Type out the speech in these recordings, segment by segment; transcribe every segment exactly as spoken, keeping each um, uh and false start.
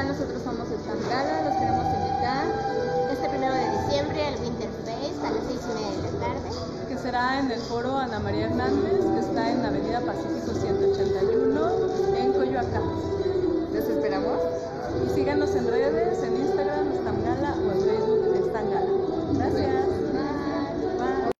Hola, nosotros somos Estangala, los queremos invitar este primero de diciembre al Winterfest a las seis y media de la tarde. Que será en el foro Ana María Hernández, que está en Avenida Pacífico ciento ochenta y uno, en Coyoacán. ¿Los esperamos? Y síganos en redes, en Instagram, Estangala, o en Facebook, Estangala. Gracias. Bye. Bye.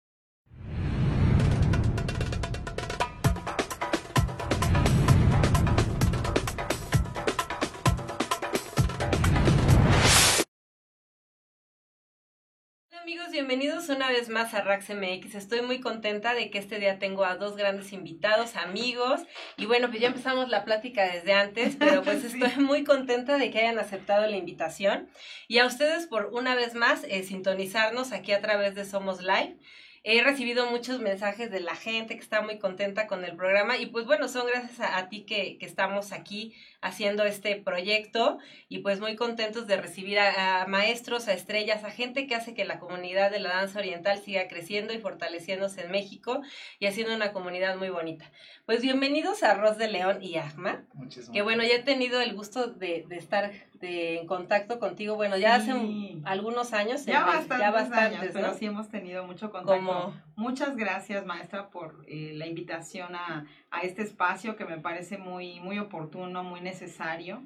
Amigos, bienvenidos una vez más a Rax M X. Estoy muy contenta de que este día tengo a dos grandes invitados, amigos, y bueno, pues ya empezamos la plática desde antes, pero pues sí. Estoy muy contenta de que hayan aceptado la invitación, y a ustedes por una vez más eh, sintonizarnos aquí a través de Somos Live. He recibido muchos mensajes de la gente que está muy contenta con el programa, y pues bueno, son gracias a, a ti que, que estamos aquí haciendo este proyecto, y pues muy contentos de recibir a, a maestros, a estrellas, a gente que hace que la comunidad de la danza oriental siga creciendo y fortaleciéndose en México y haciendo una comunidad muy bonita. Pues bienvenidos a Ros de León y Ahma, Muchísimas que bueno, ya he tenido el gusto de, de estar de, en contacto contigo, bueno, ya sí. hace un, algunos años. Ya, bastantes, ya bastantes años, ¿no? pero sí hemos tenido mucho contacto. Como... Muchas gracias, maestra, por eh, la invitación a, a este espacio que me parece muy, muy oportuno, muy necesario,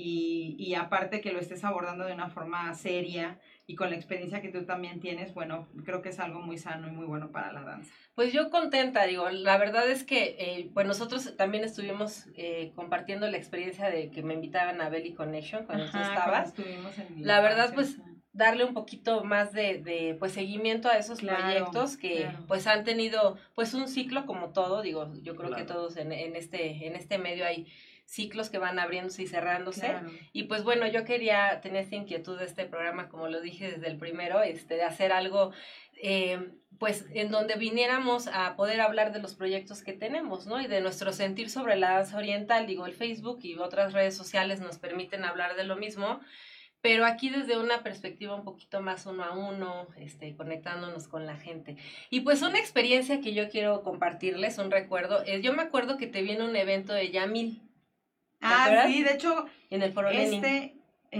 y, y aparte que lo estés abordando de una forma seria y con la experiencia que tú también tienes, bueno, creo que es algo muy sano y muy bueno para la danza. Pues yo contenta, digo, la verdad es que eh, pues nosotros también estuvimos eh, compartiendo la experiencia de que me invitaban a Belly Connection cuando Ajá, tú estabas. Estuvimos en la verdad, pues darle un poquito más de, de pues seguimiento a esos claro, proyectos que claro. pues han tenido pues un ciclo como todo, digo, yo creo claro. que todos en, en este en este medio hay ciclos que van abriéndose y cerrándose, claro. y pues bueno, yo quería tener esta inquietud de este programa, como lo dije desde el primero, este de hacer algo eh, pues en donde viniéramos a poder hablar de los proyectos que tenemos, ¿no? Y de nuestro sentir sobre la danza oriental. Digo, el Facebook y otras redes sociales nos permiten hablar de lo mismo, pero aquí desde una perspectiva un poquito más uno a uno, este, conectándonos con la gente. Y pues una experiencia que yo quiero compartirles, un recuerdo, es, yo me acuerdo que te vi en un evento de Yamil. Ah, acuerdas? Sí, de hecho, en el Foro este, Lenin.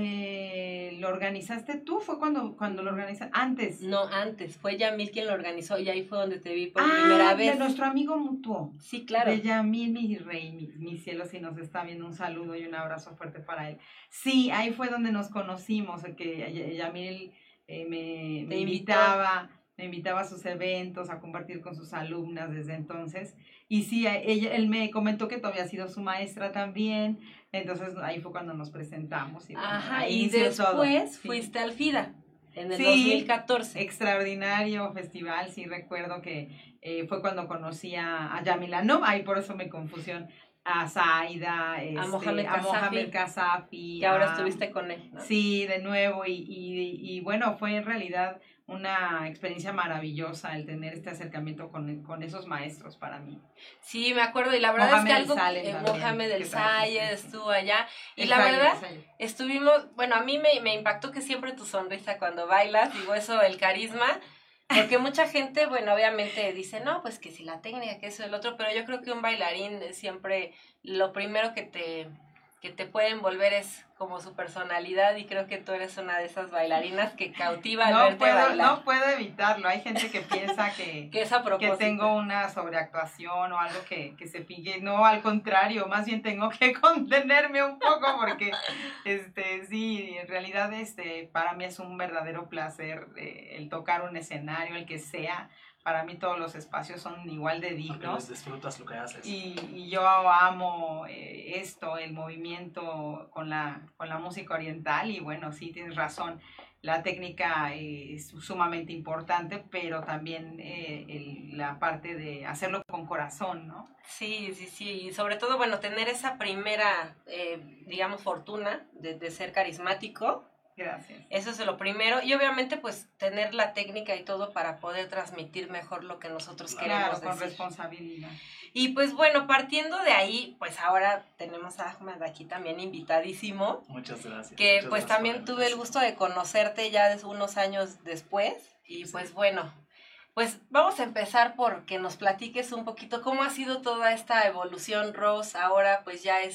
Eh, ¿lo organizaste tú? ¿Fue cuando, cuando lo organizaste? ¿Antes? No, antes, fue Yamil quien lo organizó, y ahí fue donde te vi por ah, primera vez. De nuestro amigo mutuo. Sí, claro. De Yamil, mi rey, mi, mi cielo, si nos está viendo, un saludo y un abrazo fuerte para él. Sí, ahí fue donde nos conocimos, que Yamil eh, me, me invitaba, me invitaba a sus eventos, a compartir con sus alumnas desde entonces. Y sí, ella, él me comentó que tú habías sido su maestra también, entonces ahí fue cuando nos presentamos. Y bueno, ajá, y después todo. Fuiste sí. al FIDA. En el sí, dos mil catorce. Extraordinario festival, sí recuerdo que eh, fue cuando conocí a, a Yamila, no, ahí por eso me confusión, a Zaida, este, a Mohamed a Mohamed Kasafi. Que ahora a, estuviste con él, ¿no? Sí, de nuevo, y, y, y bueno, fue en realidad una experiencia maravillosa el tener este acercamiento con, con esos maestros para mí. Sí, me acuerdo, y la verdad Mohamed es que algo, eh, Mohamed El Sayed estuvo allá, y el la Sayed, verdad, estuvimos, bueno, a mí me, me impactó que siempre tu sonrisa cuando bailas, digo eso, el carisma, porque mucha gente, bueno, obviamente dice, no, pues que si la técnica, que eso, el otro, pero yo creo que un bailarín siempre, lo primero que te, que te puede envolver es como su personalidad, y creo que tú eres una de esas bailarinas que cautiva al no verte puedo, bailar. No puedo evitarlo, hay gente que piensa que, que, es a propósito. que tengo una sobreactuación o algo que, que se finge, no, al contrario, más bien tengo que contenerme un poco porque, este, sí, en realidad, este, para mí es un verdadero placer eh, el tocar un escenario, el que sea. Para mí todos los espacios son igual de dignos. Disfrutas lo que haces. Y, y yo amo eh, esto, el movimiento con la, con la música oriental. Y bueno, sí, tienes razón, la técnica eh, es sumamente importante, pero también eh, el, la parte de hacerlo con corazón, ¿no? Sí, sí, sí. Y sobre todo, bueno, tener esa primera, eh, digamos, fortuna de, de ser carismático. Gracias. Eso es lo primero, y obviamente pues tener la técnica y todo para poder transmitir mejor lo que nosotros claro, queremos decir. Con responsabilidad. Y pues bueno, partiendo de ahí, pues ahora tenemos a Ahmad aquí también invitadísimo. Muchas gracias. Que Muchas pues gracias también tuve el gusto de conocerte ya de unos años después, y sí. Pues bueno, pues vamos a empezar por que nos platiques un poquito cómo ha sido toda esta evolución. Rose ahora pues ya es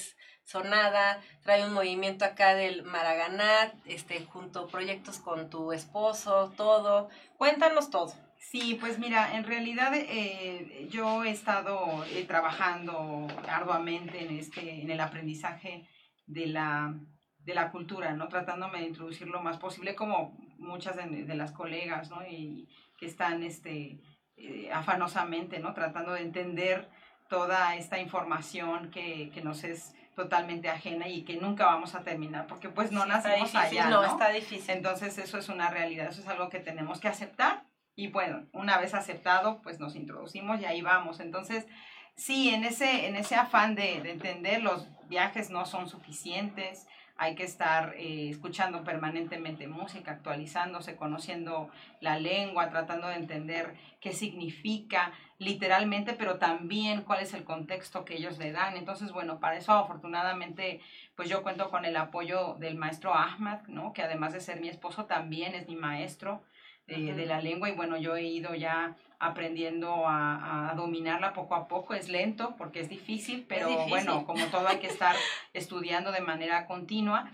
sonada, trae un movimiento acá del Maraganat, este, junto proyectos con tu esposo, todo. Cuéntanos todo. Sí, pues mira, en realidad eh, yo he estado eh, trabajando arduamente en, este, en el aprendizaje de la, de la cultura, ¿no? Tratándome de introducir lo más posible, como muchas de, de las colegas, ¿no? Y que están este, eh, afanosamente, ¿no? Tratando de entender toda esta información que, que nos es totalmente ajena y que nunca vamos a terminar, porque pues no Sí, nacimos está difícil, allá, ¿no? ¿no? Está difícil. Entonces eso es una realidad, eso es algo que tenemos que aceptar. Y bueno, una vez aceptado, pues nos introducimos y ahí vamos. Entonces, sí, en ese, en ese afán de, de entender, los viajes no son suficientes. Hay que estar eh, escuchando permanentemente música, actualizándose, conociendo la lengua, tratando de entender qué significa literalmente, pero también cuál es el contexto que ellos le dan. Entonces, bueno, para eso afortunadamente, pues yo cuento con el apoyo del maestro Ahmad, ¿no? Que además de ser mi esposo, también es mi maestro. De, de la lengua, y bueno, yo he ido ya aprendiendo a, a dominarla poco a poco. Es lento porque es difícil, pero es difícil. Bueno, como todo hay que estar estudiando de manera continua,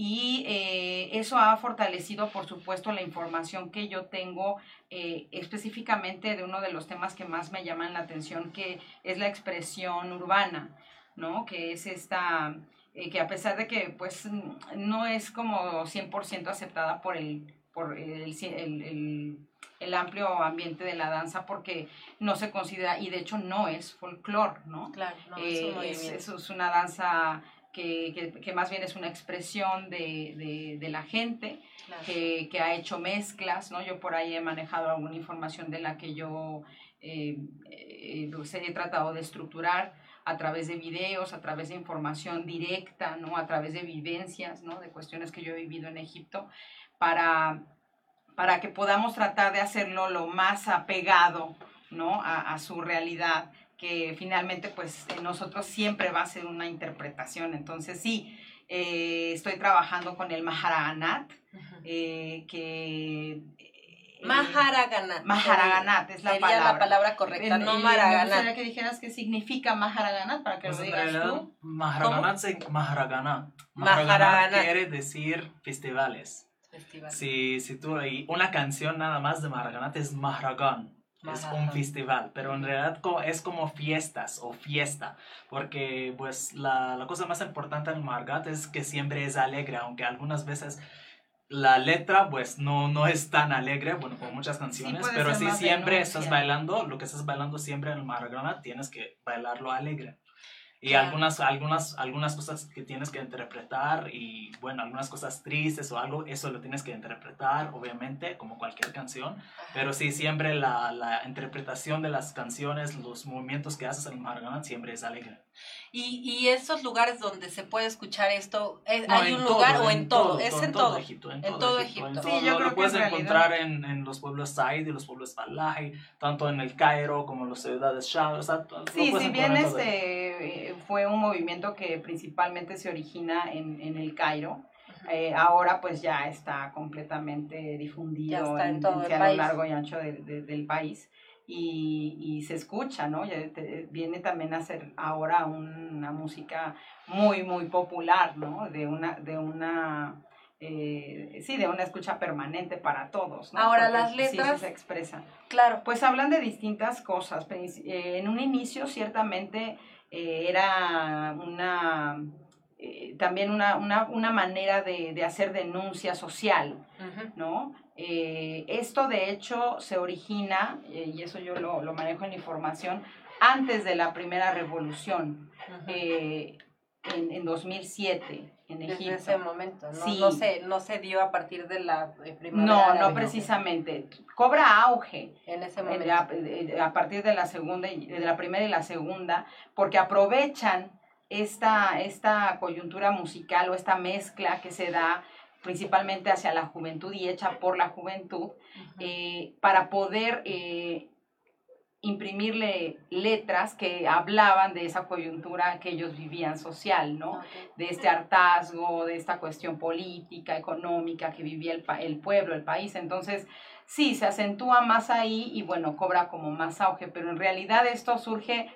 y eh, eso ha fortalecido, por supuesto, la información que yo tengo eh, específicamente de uno de los temas que más me llaman la atención, que es la expresión urbana, ¿no? Que es esta, eh, que a pesar de que pues no es como cien por ciento aceptada por el por el, el, el, el amplio ambiente de la danza, porque no se considera, y de hecho no es folclore, ¿no? Claro, no, eh, es, es, es una danza que, que, que más bien es una expresión de, de, de la gente, claro. que, que ha hecho mezclas, ¿no? Yo por ahí he manejado alguna información de la que yo eh, eh, pues he tratado de estructurar a través de videos, a través de información directa, ¿no? A través de vivencias, ¿no? De cuestiones que yo he vivido en Egipto, Para, para que podamos tratar de hacerlo lo más apegado, ¿no? a, a su realidad, que finalmente pues en nosotros siempre va a ser una interpretación. Entonces sí, eh, estoy trabajando con el Maharaganat, uh-huh. eh, que... Eh, Maharaganat. Maharaganat es la sería palabra. la palabra correcta, en, no en, Maharaganat. Me gustaría que dijeras qué significa Maharaganat, para que pues lo digas realidad, tú. Maharaganat, se, Maharaganat. Maharaganat quiere decir festivales. Festival. Si, si tú, una canción nada más de Maharaganat es Maharagan, es un festival, pero en realidad es como fiestas o fiesta, porque pues la, la cosa más importante en Maharaganat es que siempre es alegre, aunque algunas veces la letra pues no, no es tan alegre, bueno, como muchas canciones, sí, pero sí siempre estás bailando, lo que estás bailando siempre en el Maharaganat tienes que bailarlo alegre. Y claro. algunas, algunas, algunas cosas que tienes que interpretar y, bueno, algunas cosas tristes o algo, eso lo tienes que interpretar, obviamente, como cualquier canción. Pero sí, siempre la, la interpretación de las canciones, los movimientos que haces en el Maharaganat siempre es alegre. ¿Y, y esos lugares donde se puede escuchar esto, ¿es, no, ¿hay un todo, lugar o en todo? todo ¿Es en, en todo, todo? Egipto, en, en todo, todo Egipto. Egipto. En sí, yo lo creo que puedes en encontrar en, en los pueblos Said y los pueblos Falahi, tanto en el Cairo como en las ciudades Shah. O sea, sí, si bien este fue un movimiento que principalmente se origina en, en el Cairo, eh, ahora pues ya está completamente difundido en, en, en, en a lo largo y ancho de, de, del país. Y, y se escucha, ¿no? Ya te, viene también a ser ahora un, una música muy, muy popular, ¿no? De una, de una, eh, sí, de una escucha permanente para todos, ¿no? Ahora porque las letras sí, sí se expresan. Claro. Pues hablan de distintas cosas. Eh, en un inicio ciertamente eh, era una... Eh, también una, una, una manera de, de hacer denuncia social, uh-huh. ¿no? Eh, esto de hecho se origina, eh, y eso yo lo, lo manejo en la información, antes de la primera revolución, uh-huh. eh, en, en dos mil siete, en Egipto. Desde ese momento, ¿no? Sí. No, se, no se dio a partir de la primera No, no precisamente. Cobra auge en ese momento. A, a partir de la, segunda, de la primera y la segunda, porque aprovechan Esta, esta coyuntura musical o esta mezcla que se da principalmente hacia la juventud y hecha por la juventud, uh-huh. eh, para poder eh, imprimirle letras que hablaban de esa coyuntura que ellos vivían social, ¿no? Okay. De este hartazgo, de esta cuestión política, económica que vivía el, el pueblo, el país. Entonces, sí, se acentúa más ahí y bueno, cobra como más auge, pero en realidad esto surge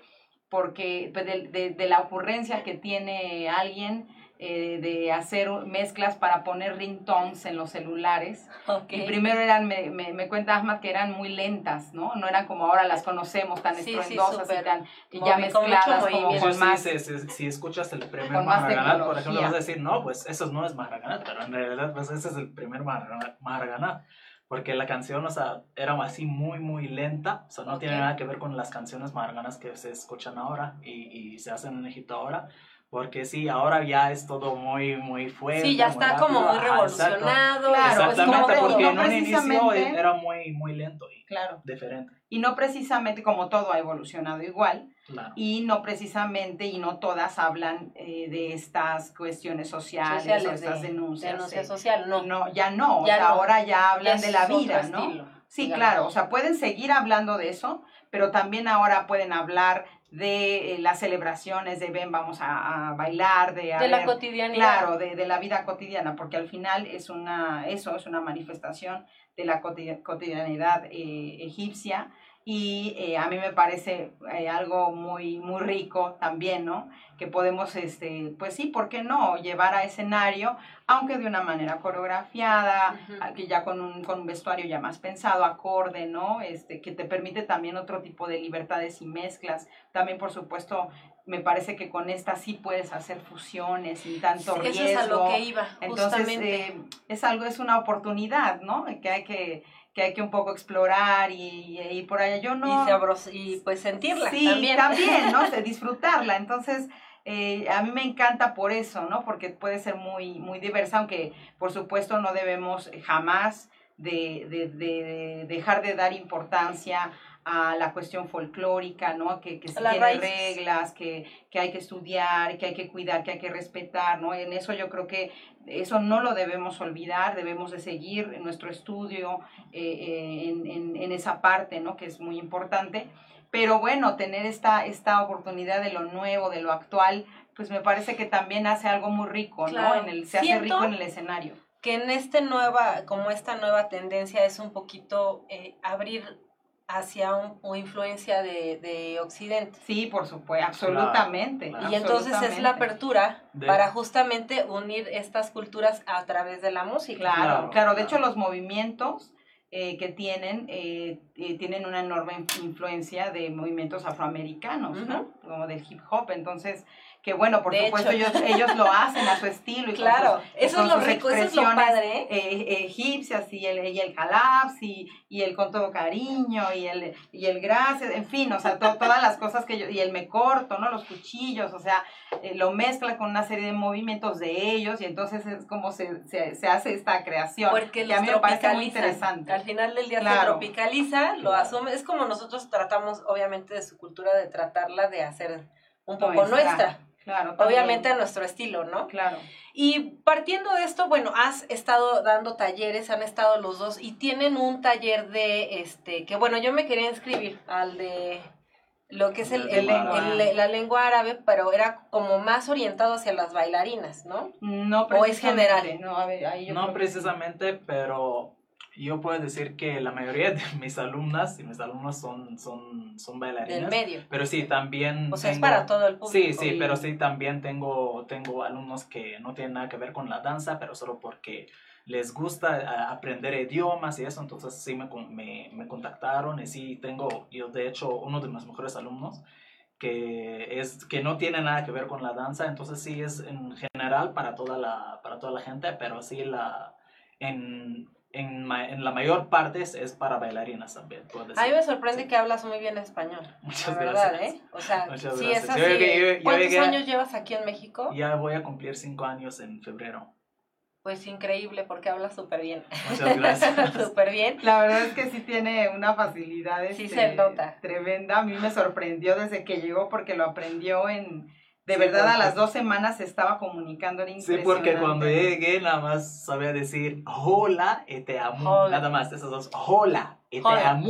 porque pues, de, de, de la ocurrencia que tiene alguien eh, de hacer mezclas para poner ringtones en los celulares. Okay. Y primero eran, me, me, me cuenta Ahmad, que eran muy lentas, ¿no? No eran como ahora las conocemos, tan sí, estruendosas sí, y tan y Movi ya mezcladas con como con sí, más... Sí, sí, sí, si escuchas el primer con más Maharaganat, por ejemplo, tecnología. vas a decir, no, pues eso no es Maharaganat, pero en realidad pues ese es el primer Maharaganat, Maharaganat, porque la canción, o sea, era así muy, muy lenta, o sea, no Ok. tiene nada que ver con las canciones Maharaganats que se escuchan ahora y, y se hacen en Egipto ahora. Porque sí, ahora ya es todo muy, muy fuerte. Sí, ya muy está rápido. como muy Ajá, revolucionado. Claro, exactamente, es como- porque no en un inicio precisamente- era muy, muy lento y Claro. diferente. Y no precisamente, como todo ha evolucionado igual, Claro. y no precisamente, y no todas hablan eh, de estas cuestiones sociales, Sociales, o estas de- denuncias. denuncia eh. social, no. No, ya no, o Ya sea, no. ahora ya hablan Ya de la es otro vida, ¿no? estilo, Sí, digamos. claro, o sea, pueden seguir hablando de eso, pero también ahora pueden hablar de eh, las celebraciones, de ven, vamos a, a bailar, de... a De la ver, cotidianidad. Claro, de, de la vida cotidiana, porque al final es una, eso es una manifestación de la cotidi- cotidianidad eh, egipcia, y eh, a mí me parece eh, algo muy, muy rico también, ¿no? Que podemos, este, pues sí, ¿por qué no? Llevar a escenario, aunque de una manera coreografiada, Ujú. que ya con un, con un vestuario ya más pensado, acorde, ¿no? Este, que te permite también otro tipo de libertades y mezclas. También, por supuesto, me parece que con esta sí puedes hacer fusiones sin tanto Sí, riesgo. eso es a lo que iba, Entonces, justamente. eh, es algo, es una oportunidad, ¿no? Que hay que, que hay que un poco explorar y, y ir por allá. Yo no... Y, sabros- y pues sentirla Sí, también. también, ¿no? De disfrutarla. Entonces, eh, a mí me encanta por eso, ¿no? Porque puede ser muy, muy diversa, aunque por supuesto no debemos jamás de, de, de, de dejar de dar importancia a la cuestión folclórica, ¿no? Que, que sí Las tiene raíces. reglas, que, que hay que estudiar, que hay que cuidar, que hay que respetar, ¿no? En eso yo creo que eso no lo debemos olvidar, debemos de seguir nuestro estudio eh, eh, en, en, en esa parte, ¿no? Que es muy importante. Pero bueno, tener esta, esta oportunidad de lo nuevo, de lo actual, pues me parece que también hace algo muy rico, Claro. ¿no? En el, se hace Siento rico en el escenario. Que en este nueva, como esta nueva tendencia es un poquito eh, abrir hacia un, o influencia de, de Occidente. Sí, por supuesto, absolutamente. Claro, Y entonces es la apertura De- para justamente unir estas culturas a través de la música. Claro, Claro, claro. De claro. hecho, los movimientos eh, que tienen, eh, eh, tienen una enorme influencia de movimientos afroamericanos, ¿no? Como del hip hop. Entonces, que bueno, por De supuesto, hecho. ellos, ellos lo hacen a su estilo. Y Claro, con sus, y eso con es lo sus rico, eso es lo expresiones, padre, ¿eh? eh, egipcias y el, y el jalaps y, y el con todo cariño y el, y el gracias, en fin, o sea, to, todas las cosas que yo, y el me corto, ¿no? Los cuchillos, o sea, eh, lo mezcla con una serie de movimientos de ellos y entonces es como se, se, se hace esta creación. Porque que los a mí me parece muy tropicalizan. interesante. Al final del día se Claro. tropicaliza, lo Claro. asume. Es como nosotros tratamos, obviamente, de su cultura, de tratarla de hacer un poco Nuestra. nuestra. Claro, también. Obviamente a nuestro estilo, ¿no? Claro. Y partiendo de esto, bueno, has estado dando talleres, han estado los dos y tienen un taller de, este, que bueno, yo me quería inscribir al de lo que es el, De el- lengua. el- la lengua árabe, pero era como más orientado hacia las bailarinas, ¿no? No ¿O es precisamente, general? No, a ver, ahí yo No creo que- precisamente, pero yo puedo decir que la mayoría de mis alumnas y mis alumnos son, son, son Del bailarinas. medio. Pero sí, también O sea, es tengo- para todo el público. Sí, sí, Sí. pero sí, también tengo, tengo alumnos que no tienen nada que ver con la danza, pero solo porque les gusta a, aprender idiomas y eso, entonces sí me, con- me, me contactaron y sí tengo, yo de hecho, uno de mis mejores alumnos que, es, que no tiene nada que ver con la danza, entonces sí es en general para toda la, para toda la gente, pero sí la, en, en, ma- en la mayor parte es, es para bailarinas también, puedo decir. A mí me sorprende Sí. que hablas muy bien español. Muchas La verdad, gracias. ¿eh? O sea, Muchas sí gracias. es así. Yo llegué- yo- yo ¿Cuántos llegué- años llevas aquí en México? Ya voy a cumplir cinco años en febrero. Pues increíble, porque hablas súper bien. Muchas gracias. Súper bien. La verdad es que sí tiene una facilidad Sí este, se nota. tremenda. A mí me sorprendió desde que llegó porque lo aprendió en... De Sí, verdad, a porque- las dos semanas se estaba comunicando. Era Sí, impresionante. porque cuando llegué nada más sabía decir hola y te amo. Hola. Nada más, esos dos. Hola y te Hola. amo.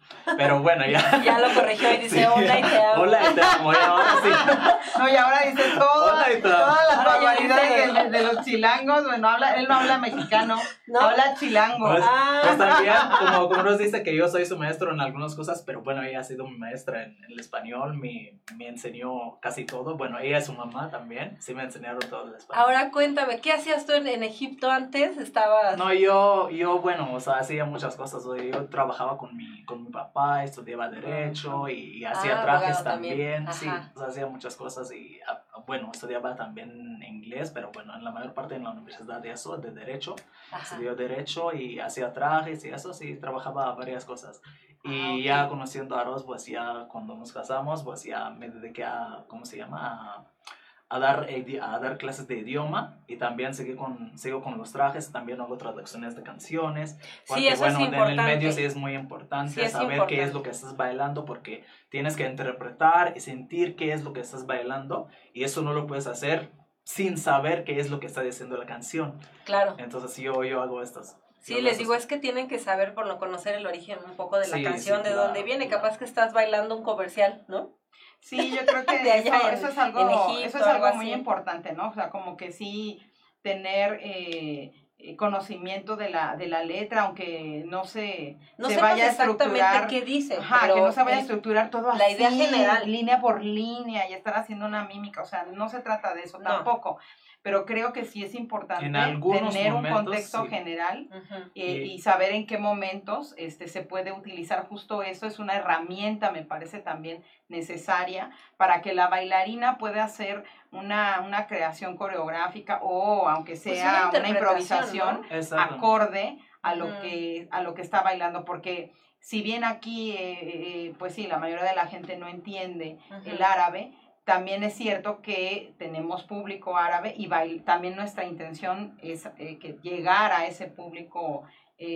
Pero bueno, ya. Ya lo corrigió y dice, Sí. hola y te amo. Hola y te amo, ya, ahora sí. No, y ahora dice todo, Hola y te amo. todas las Ahora ya barbaridades dice- de, de los chilangos. Bueno, habla, él no habla mexicano, ¿No? habla chilango. Pues, Ah. pues también, como, como nos dice que yo soy su maestro en algunas cosas, pero bueno, ella ha sido mi maestra en, en el español, me, me enseñó casi todo. Bueno, ella es su mamá también, sí me enseñaron todo el español. Ahora cuéntame, ¿qué hacías tú en, en Egipto antes? Estabas... No, yo, yo, bueno, o sea, hacía muchas cosas. O sea, yo trabajaba con mi, con mi papá, estudiaba Derecho y, y hacía Ah, trajes abogado también. también. Sí, Ajá. o sea, hacía muchas cosas y, ah, bueno, estudiaba también inglés, pero bueno, en la mayor parte en la universidad de eso, de Derecho. Ajá. Estudió Derecho y hacía trajes y eso, sí, trabajaba varias cosas. Y Ah, ok. ya conociendo a Ros, pues ya cuando nos casamos, pues ya me dediqué a, ¿cómo se llama? A, a dar, idi- a dar clases de idioma y también seguí con, sigo con los trajes, también hago traducciones de canciones. Porque, eso es bueno, en el importante. medio sí es muy importante Sí, es saber importante. qué es lo que estás bailando porque tienes que interpretar y sentir qué es lo que estás bailando y eso no lo puedes hacer sin saber qué es lo que está diciendo la canción. Claro. Entonces yo, yo hago estas. Sí, yo les hago digo, estas- es que tienen que saber, por lo conocer el origen un poco de la Sí, canción, sí, de claro, dónde viene. claro. Capaz que estás bailando un comercial, ¿no? Sí, yo creo que De allá eso, en- eso es algo, en Egipto, eso es algo algo muy así. importante, ¿no? O sea, como que sí tener eh, eh, conocimiento de la, de la letra, aunque no se, No se sepas vaya a exactamente estructurar. qué dice, Ajá, pero que no se vaya a el- estructurar todo la así, idea general. línea por línea y estar haciendo una mímica, o sea, no se trata de eso No. tampoco, pero creo que sí es importante En algunos tener un momentos, contexto sí. general Ujú. eh, Y- y saber en qué momentos este, se puede utilizar justo eso. Es una herramienta, me parece también necesaria para que la bailarina pueda hacer una, una creación coreográfica o aunque Pues sea una una, interpretación, improvisación ¿no? Exacto. acorde a lo, Ujú. que, a lo que está bailando, porque si bien aquí, eh, eh, pues sí, la mayoría de la gente no entiende Ujú. el árabe, también es cierto que tenemos público árabe y bail- también nuestra intención es eh, que llegar a ese público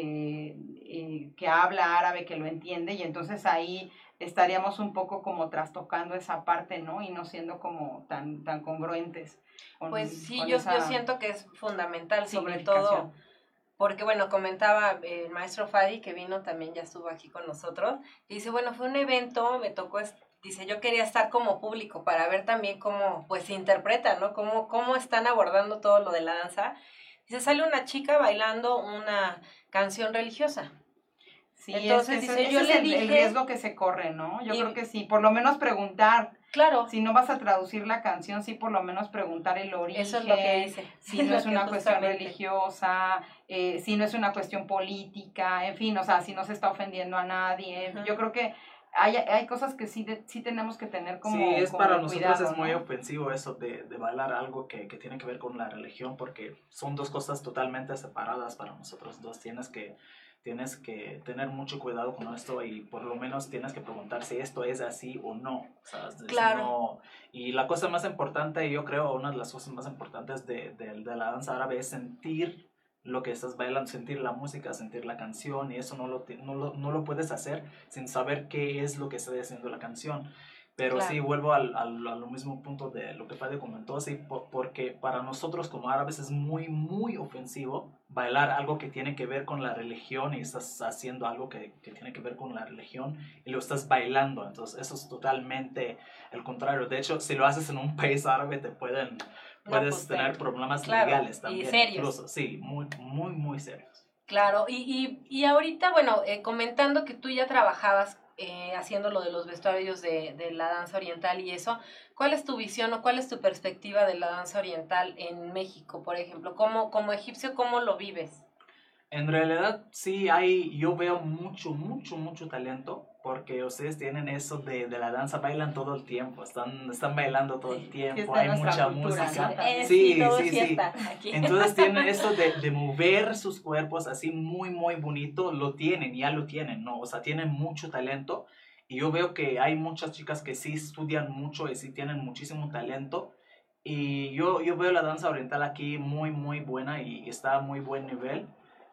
eh, eh, que habla árabe, que lo entiende, y entonces ahí estaríamos un poco como trastocando esa parte, ¿no? Y no siendo como tan, tan congruentes. Con, Pues sí, con yo, esa yo siento que es fundamental, sobre todo, significación. porque bueno, comentaba el maestro Fadi, que vino también, ya estuvo aquí con nosotros, y dice, bueno, fue un evento, me tocó, es- dice, yo quería estar como público para ver también cómo, pues, se interpreta, ¿no? Cómo, cómo están abordando todo lo de la danza. Dice, sale una chica bailando una canción religiosa. Sí, Entonces, es, que dice, ese, yo ese le es el, dije- el riesgo que se corre, ¿no? Yo Y- creo que sí, por lo menos preguntar, Claro, si no vas a traducir la canción, sí por lo menos preguntar el origen, eso es lo que dice. si no Lo es que una cuestión justamente- religiosa, eh, si no es una cuestión política, en fin, o sea, si no se está ofendiendo a nadie. Ujú. Yo creo que hay, hay cosas que sí, de- sí tenemos que tener como Sí, es como para nosotros cuidado, es muy ¿no? ofensivo eso de, de bailar algo que, que tiene que ver con la religión porque son dos cosas totalmente separadas para nosotros dos. Tienes que, tienes que tener mucho cuidado con esto y por lo menos tienes que preguntar si esto es así o no. O sea, si Claro. no- y la cosa más importante, yo creo, una de las cosas más importantes de, de, de la danza árabe es sentir lo que estás bailando, sentir la música, sentir la canción, y eso no lo, ti- no lo, no lo puedes hacer sin saber qué es lo que está diciendo la canción. Pero Claro. sí, vuelvo al, al, al mismo punto de lo que Fadi comentó, sí, po- porque para nosotros como árabes es muy, muy ofensivo bailar algo que tiene que ver con la religión y estás haciendo algo que, que tiene que ver con la religión y lo estás bailando. Entonces eso es totalmente el contrario. De hecho, si lo haces en un país árabe te pueden... No, Puedes pues, tener te- problemas claro, legales y también. serios. Incluso, sí, muy, muy, muy serios. Claro, y, y, y ahorita, bueno, eh, comentando que tú ya trabajabas eh, haciendo lo de los vestuarios de, de la danza oriental y eso, ¿cuál es tu visión o cuál es tu perspectiva de la danza oriental en México, por ejemplo? ¿Cómo, como egipcio, cómo lo vives? En realidad, sí hay, yo veo mucho, mucho, mucho talento, porque ustedes tienen eso de, de la danza, bailan todo el tiempo, están, están bailando todo el tiempo, está hay nuestra mucha cultura, música. ¿no? También. Eh, Sí, sí, todo sí, es sí. fiesta aquí. Entonces tienen eso de, de mover sus cuerpos así muy, muy bonito, lo tienen, ya lo tienen, ¿no? O sea, tienen mucho talento y yo veo que hay muchas chicas que sí estudian mucho y sí tienen muchísimo talento y yo, yo veo la danza oriental aquí muy, muy buena y está a muy buen nivel.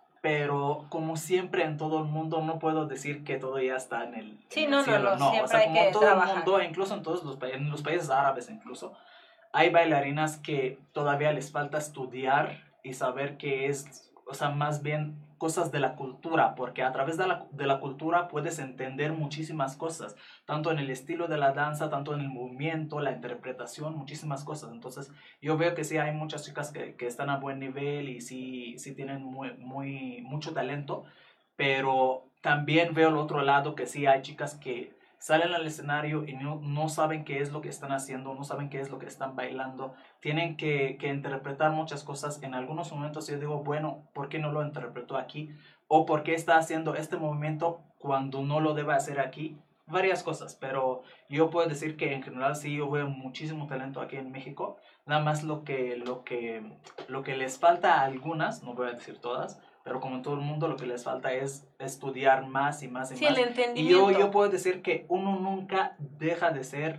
Pero como siempre en todo el mundo no puedo decir que todo ya está en el, Sí, en el no, no, cielo, no, O siempre sea, hay como que todo trabajar. el mundo, incluso en todos los, pa- en los países árabes incluso, hay bailarinas que todavía les falta estudiar y saber qué es, o sea, más bien cosas de la cultura, porque a través de la, de la cultura puedes entender muchísimas cosas, tanto en el estilo de la danza, tanto en el movimiento, la interpretación, muchísimas cosas. Entonces yo veo que sí hay muchas chicas que, que están a buen nivel y sí, sí tienen muy, muy, mucho talento, pero también veo el otro lado, que sí hay chicas que salen al escenario y no, no saben qué es lo que están haciendo, no saben qué es lo que están bailando, tienen que, que interpretar muchas cosas. En algunos momentos yo digo, bueno, ¿por qué no lo interpretó aquí? ¿O por qué está haciendo este movimiento cuando no lo debe hacer aquí? Varias cosas, pero yo puedo decir que en general sí, yo veo muchísimo talento aquí en México. Nada más lo que, lo que, lo que les falta a algunas, no voy a decir todas, pero como todo el mundo, lo que les falta es estudiar más y más y sí, más. El entendimiento. Y yo, yo puedo decir que uno nunca deja de ser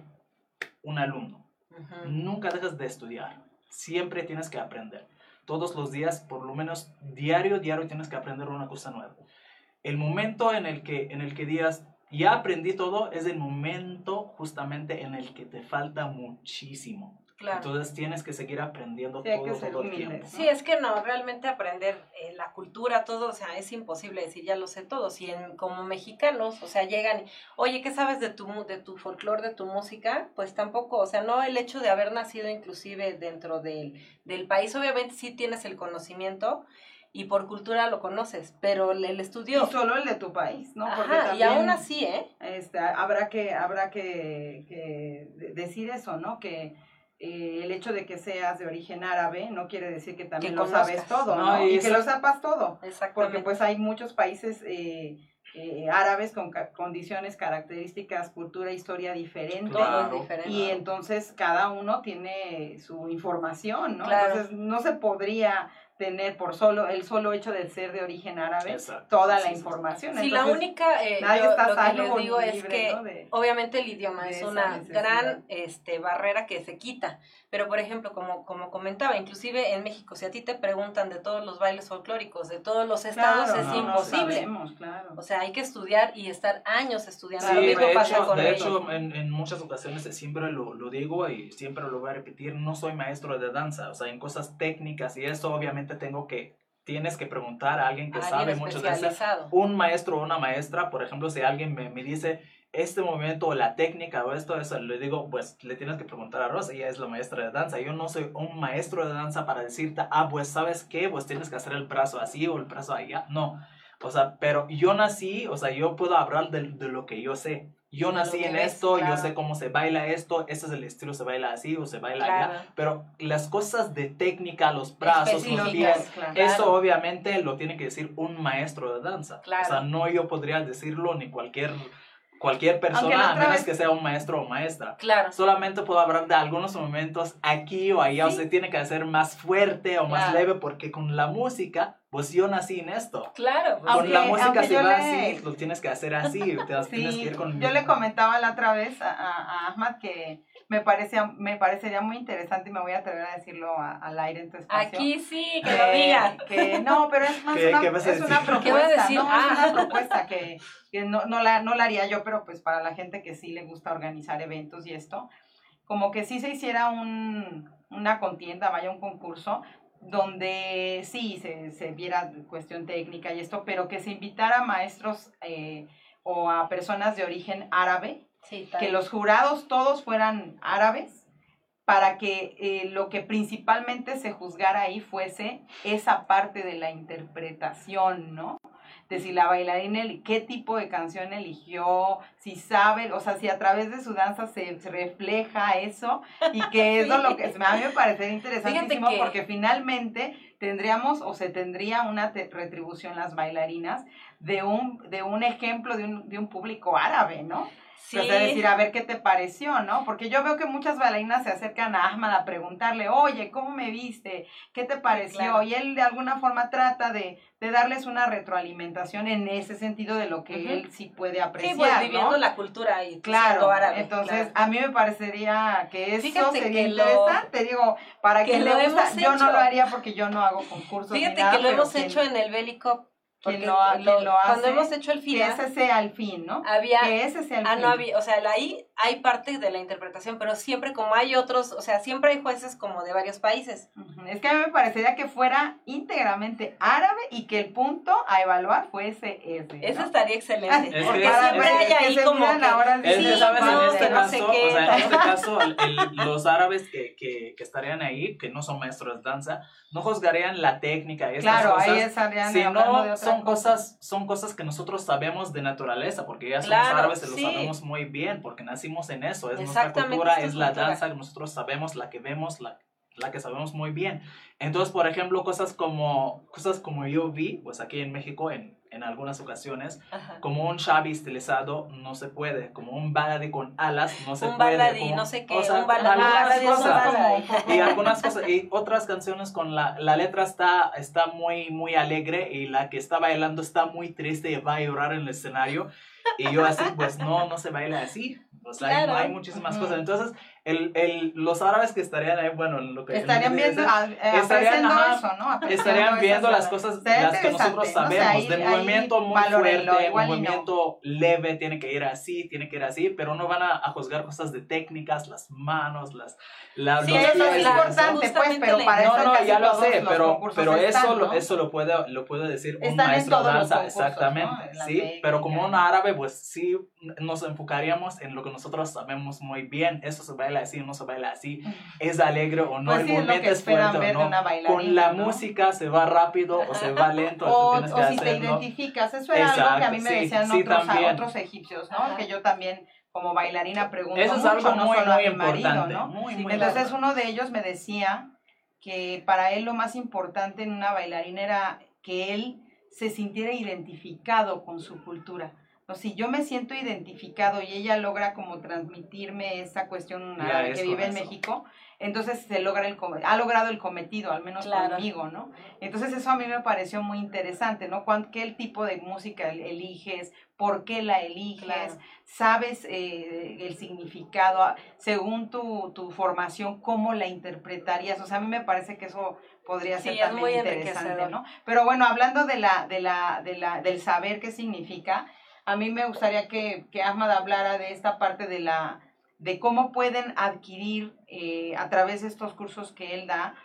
un alumno. Uh-huh. Nunca dejas de estudiar. Siempre tienes que aprender. Todos los días, por lo menos diario, diario tienes que aprender una cosa nueva. El momento en el que, en el que digas, ya aprendí todo, es el momento justamente en el que te falta muchísimo. Claro. Entonces tienes que seguir aprendiendo sí, todo, todo el tiempo. ¿No? Sí, es que no, realmente aprender eh, la cultura, todo, o sea, es imposible decir, ya lo sé todo. Si en, como mexicanos, o sea, llegan, oye, ¿qué sabes de tu, de tu folclore, de tu música? Pues tampoco, o sea, no el hecho de haber nacido inclusive dentro del, del país, obviamente sí tienes el conocimiento, y por cultura lo conoces, pero el, el estudio... Y solo el de tu país, ¿no? Ajá, porque también, y aún así, ¿eh? Este, habrá que, habrá que, que decir eso, ¿no? Que eh, el hecho de que seas de origen árabe no quiere decir que también que lo conozcas. Sabes todo, ¿no? no y, y que lo sepas todo. Exactamente. Porque pues hay muchos países eh, eh, árabes con ca condiciones, características, cultura, historia diferente. Claro. Todo es diferente. Y entonces cada uno tiene su información, ¿no? Claro. Entonces no se podría tener por solo el solo hecho de ser de origen árabe. Exacto. Toda sí, la sí, información. Sí, Entonces, la única, eh, nadie yo, está lo que les digo libre, es que ¿no? de, obviamente el idioma es una gran este, barrera que se quita, pero por ejemplo, como, como comentaba, inclusive en México, si a ti te preguntan de todos los bailes folclóricos, de todos los estados, claro, es no, imposible. No sabemos, claro. O sea, hay que estudiar y estar años estudiando. Sí, lo mismo de pasa hecho, con de ellos. hecho en, en muchas ocasiones siempre lo, lo digo y siempre lo voy a repetir, no soy maestro de danza, o sea, en cosas técnicas y eso obviamente tengo que tienes que preguntar a alguien que alguien sabe mucho de eso. Un maestro o una maestra, por ejemplo, si alguien me, me dice este momento o la técnica o esto, eso, le digo, pues le tienes que preguntar a Rosa, ella es la maestra de danza. Yo no soy un maestro de danza para decirte, ah, pues, ¿sabes qué? Pues tienes que hacer el brazo así o el brazo allá. No, o sea, pero yo nací, o sea, yo puedo hablar de, de lo que yo sé. Yo nací en ves, esto, claro. Yo sé cómo se baila esto, este es el estilo, se baila así o se baila claro. allá, pero las cosas de técnica, los brazos, los pies, claro. Eso obviamente lo tiene que decir un maestro de danza. Claro. O sea, no yo podría decirlo ni cualquier... Cualquier persona, a menos vez... que sea un maestro o maestra. Claro. Solamente puedo hablar de algunos momentos aquí o allá. Sí. O se tiene que hacer más fuerte o más claro. leve, porque con la música, pues yo nací en esto. Claro. Pues con aunque, la música si va le... así, lo tienes que hacer así. Te sí, tienes que ir con yo le comentaba la otra vez a, a, a Ahmad que me, parecía, me parecería muy interesante y me voy a atrever a decirlo a, al aire en tu espacio. Aquí sí, que lo diga. Que no, pero es más ¿Qué, una, ¿qué vas a es una propuesta. ¿Qué voy a decir? No, ah. es una propuesta que, que no, no, la, no la haría yo, pero pues para la gente que sí le gusta organizar eventos y esto, como que sí se hiciera un, una contienda, vaya un concurso, donde sí se, se viera cuestión técnica y esto, pero que se invitara a maestros eh, o a personas de origen árabe, sí, que los jurados todos fueran árabes, para que eh, lo que principalmente se juzgara ahí fuese esa parte de la interpretación, ¿no? De si la bailarina, qué tipo de canción eligió, si sabe, o sea, si a través de su danza se, se refleja eso, y que eso sí. Lo que a mí me parecería interesantísimo, que... porque finalmente tendríamos o se tendría una retribución las bailarinas de un, de un ejemplo de un, de un público árabe, ¿no? Sí. O sea, decir, a ver qué te pareció, ¿no? Porque yo veo que muchas bailarinas se acercan a Ahmad a preguntarle, oye, ¿cómo me viste? ¿Qué te pareció? Claro. Y él de alguna forma trata de, de darles una retroalimentación en ese sentido de lo que uh-huh. él sí puede apreciar, sí, pues viviendo ¿no? la cultura y claro, árabe. Entonces, claro. A mí me parecería que eso Fíjate sería que interesante, lo, digo, para que quien le gusta, yo hecho. no lo haría porque yo no hago concursos. Fíjate ni nada, que lo hemos que... hecho en el Belly Cup. Quien lo, ha, lo, quien lo hace, cuando hemos hecho el FIDA, que ese sea el fin, ¿no? Había, que ese sea el ah, fin. No había, o sea, ahí hay parte de la interpretación, pero siempre como hay otros, o sea, siempre hay jueces como de varios países. Uh-huh. Es que a mí me parecería que fuera íntegramente árabe y que el punto a evaluar fuese ese, ¿no? Eso estaría excelente, es porque que, siempre hay ahí como que, ahora es que, sí, ¿sabes? no, en este que no caso, sé o qué, sea, en este caso, el, el, los árabes que, que, que estarían ahí, que no son maestros de danza, no juzgarían la técnica y estas claro, cosas, ahí estarían sino hablando de otra son cosa. cosas, son cosas que nosotros sabemos de naturaleza, porque ya somos Claro, árabes y lo sí. sabemos muy bien, porque nacimos en eso, es nuestra Exactamente, cultura, es es la cultura. danza que nosotros sabemos, la que vemos, la, la que sabemos muy bien. Entonces, por ejemplo, cosas como, cosas como yo vi, pues aquí en México, en, en algunas ocasiones, Ajá. como un shabi estilizado no se puede, como un baladí con alas no se un puede. baladí, como, no sé qué, o sea, un baladí, algunas baladí, cosas, baladí. y algunas cosas, y otras canciones con la, la letra está, está muy, muy alegre y la que está bailando está muy triste y va a llorar en el escenario. Y yo así, pues no, no se baila así. O sea, Claro. hay, hay muchísimas Uh-huh. cosas. Entonces, el, el, los árabes que estarían ahí, bueno, lo que... Estarían lo que viendo, dices, a, eh, estarían, apreciando ajá, eso, ¿no? Apreciando estarían viendo esas- las cosas, Estaría las que nosotros interesante, sabemos, no sé, ahí- de ahí movimiento muy valórenlo, fuerte, un igual y no. movimiento leve, tiene que ir así, tiene que ir así, pero no van a, a juzgar cosas de técnicas, las manos, las... La, Sí, los eso pies, es la- importante, pues, justamente pero la- para eso no, no, casi ya lo todos sé, los pero, concursos pero eso, están, lo, ¿no? eso lo, puede, lo puede decir un Están en maestro de todos los danza, concursos, exactamente, ¿no? En la sí, técnica. pero como un árabe, pues sí, nos enfocaríamos en lo que nosotros sabemos muy bien, eso se baila así, no se baila así, es alegre o no, Pues el sí, es lo movimiento que es esperan fuerte ver o de no, una bailarina, con la ¿no? música se va rápido o se va lento, O, tú tienes que o si te hacerlo. identificas, eso era algo que a mí me Exacto, sí, decían sí, otros, también. otros egipcios, ¿no? Ajá. Que yo también como bailarina pregunto Eso es mucho, algo no muy, solo a muy mi marido, importante, ¿no? muy, Sí, muy Entonces importante. uno de ellos me decía que para él lo más importante en una bailarina era que él se sintiera identificado con su cultura. O sea, si yo me siento identificado y ella logra como transmitirme esa cuestión Ya árabe es que vive con en eso. México, entonces se logra el come- ha logrado el cometido, al menos Claro. conmigo, ¿no? Entonces eso a mí me pareció muy interesante, ¿no? ¿Cuán- ¿Qué tipo de música eliges? ¿Por qué la eliges? Claro. ¿Sabes eh, el significado? Según tu, tu formación, ¿cómo la interpretarías? O sea, a mí me parece que eso podría Sí, ser es también muy interesante, enriquecedor. ¿no? Pero bueno, hablando de la, de la, de la, del saber qué significa, a mí me gustaría que, que Ahmad hablara de esta parte de la de cómo pueden adquirir eh, a través de estos cursos que él da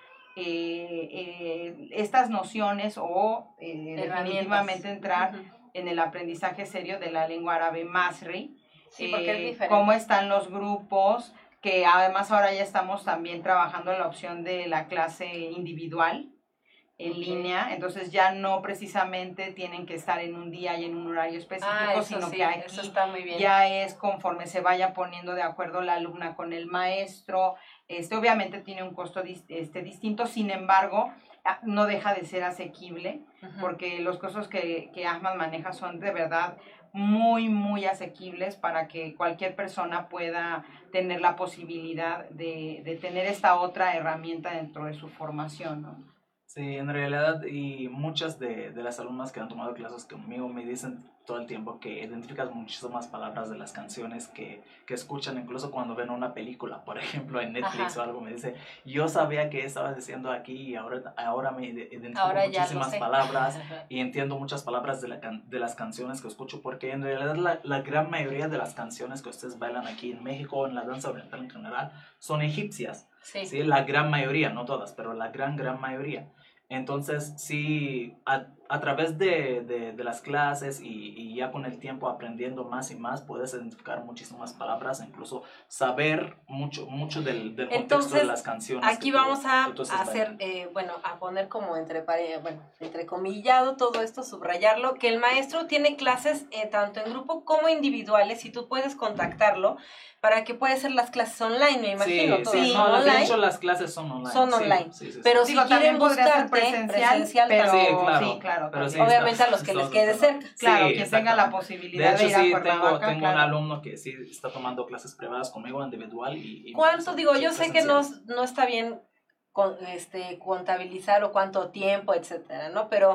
eh, eh, estas nociones o eh, Herramientas. definitivamente entrar Ujú. en el aprendizaje serio de la lengua árabe Masri. Sí, porque es eh, diferente. cómo están los grupos, que además ahora ya estamos también trabajando la opción de la clase individual en Ok. línea, entonces ya no precisamente tienen que estar en un día y en un horario específico, Ah, eso sino sí, que aquí eso está muy bien. ya es conforme se vaya poniendo de acuerdo la alumna con el maestro. Este obviamente tiene un costo dis- este, distinto, sin embargo, ah, no deja de ser asequible, Ujú. porque los costos que, que Ahmad maneja son de verdad muy, muy asequibles para que cualquier persona pueda tener la posibilidad de, de tener esta otra herramienta dentro de su formación, ¿no? Sí, en realidad, y muchas de, de las alumnas que han tomado clases conmigo me dicen todo el tiempo que identificas muchísimas palabras de las canciones que, que escuchan, incluso cuando ven una película, por ejemplo, en Netflix Ajá. o algo, me dice, yo sabía que estabas diciendo aquí y ahora, ahora me ide- identifico Ahora ya lo muchísimas sé. palabras Ajá. y entiendo muchas palabras de, la can- de las canciones que escucho, porque en realidad la, la gran mayoría de las canciones que ustedes bailan aquí en México o en la danza oriental en general son egipcias. Sí. Sí, la gran mayoría, no todas, pero la gran, gran mayoría. Entonces, sí, a, a través de, de, de las clases y, y ya con el tiempo aprendiendo más y más, puedes identificar muchísimas palabras, incluso saber mucho, mucho del, del contexto Entonces, de las canciones. Aquí que tú- vamos a, que tú estás a hacer, bailando. eh, bueno, a poner como entre, pare- bueno, entrecomillado todo esto, subrayarlo, que el maestro tiene clases eh, tanto en grupo como individuales y tú puedes contactarlo para que pueda hacer las clases online, me imagino. Sí, todas sí, son no, online. de hecho las clases son online. Son sí, online. sí, sí, sí. Pero Digo, si también quieren podría ser buscarte presencial, presencial, pero también. Sí, claro. sí, claro, Pero pero sí, sí. Obviamente está- a los que está les quede bastante- cerca. Claro, Sí, quien tenga la exactamente. posibilidad De de, hecho, ir a sí, Cuernavaca, tengo, tengo claro. un alumno que sí está tomando clases privadas conmigo individual. y, y ¿Cuánto? Digo, yo sé que no, presenciales. no está bien con, este, contabilizar o cuánto tiempo, etcétera, ¿no? Pero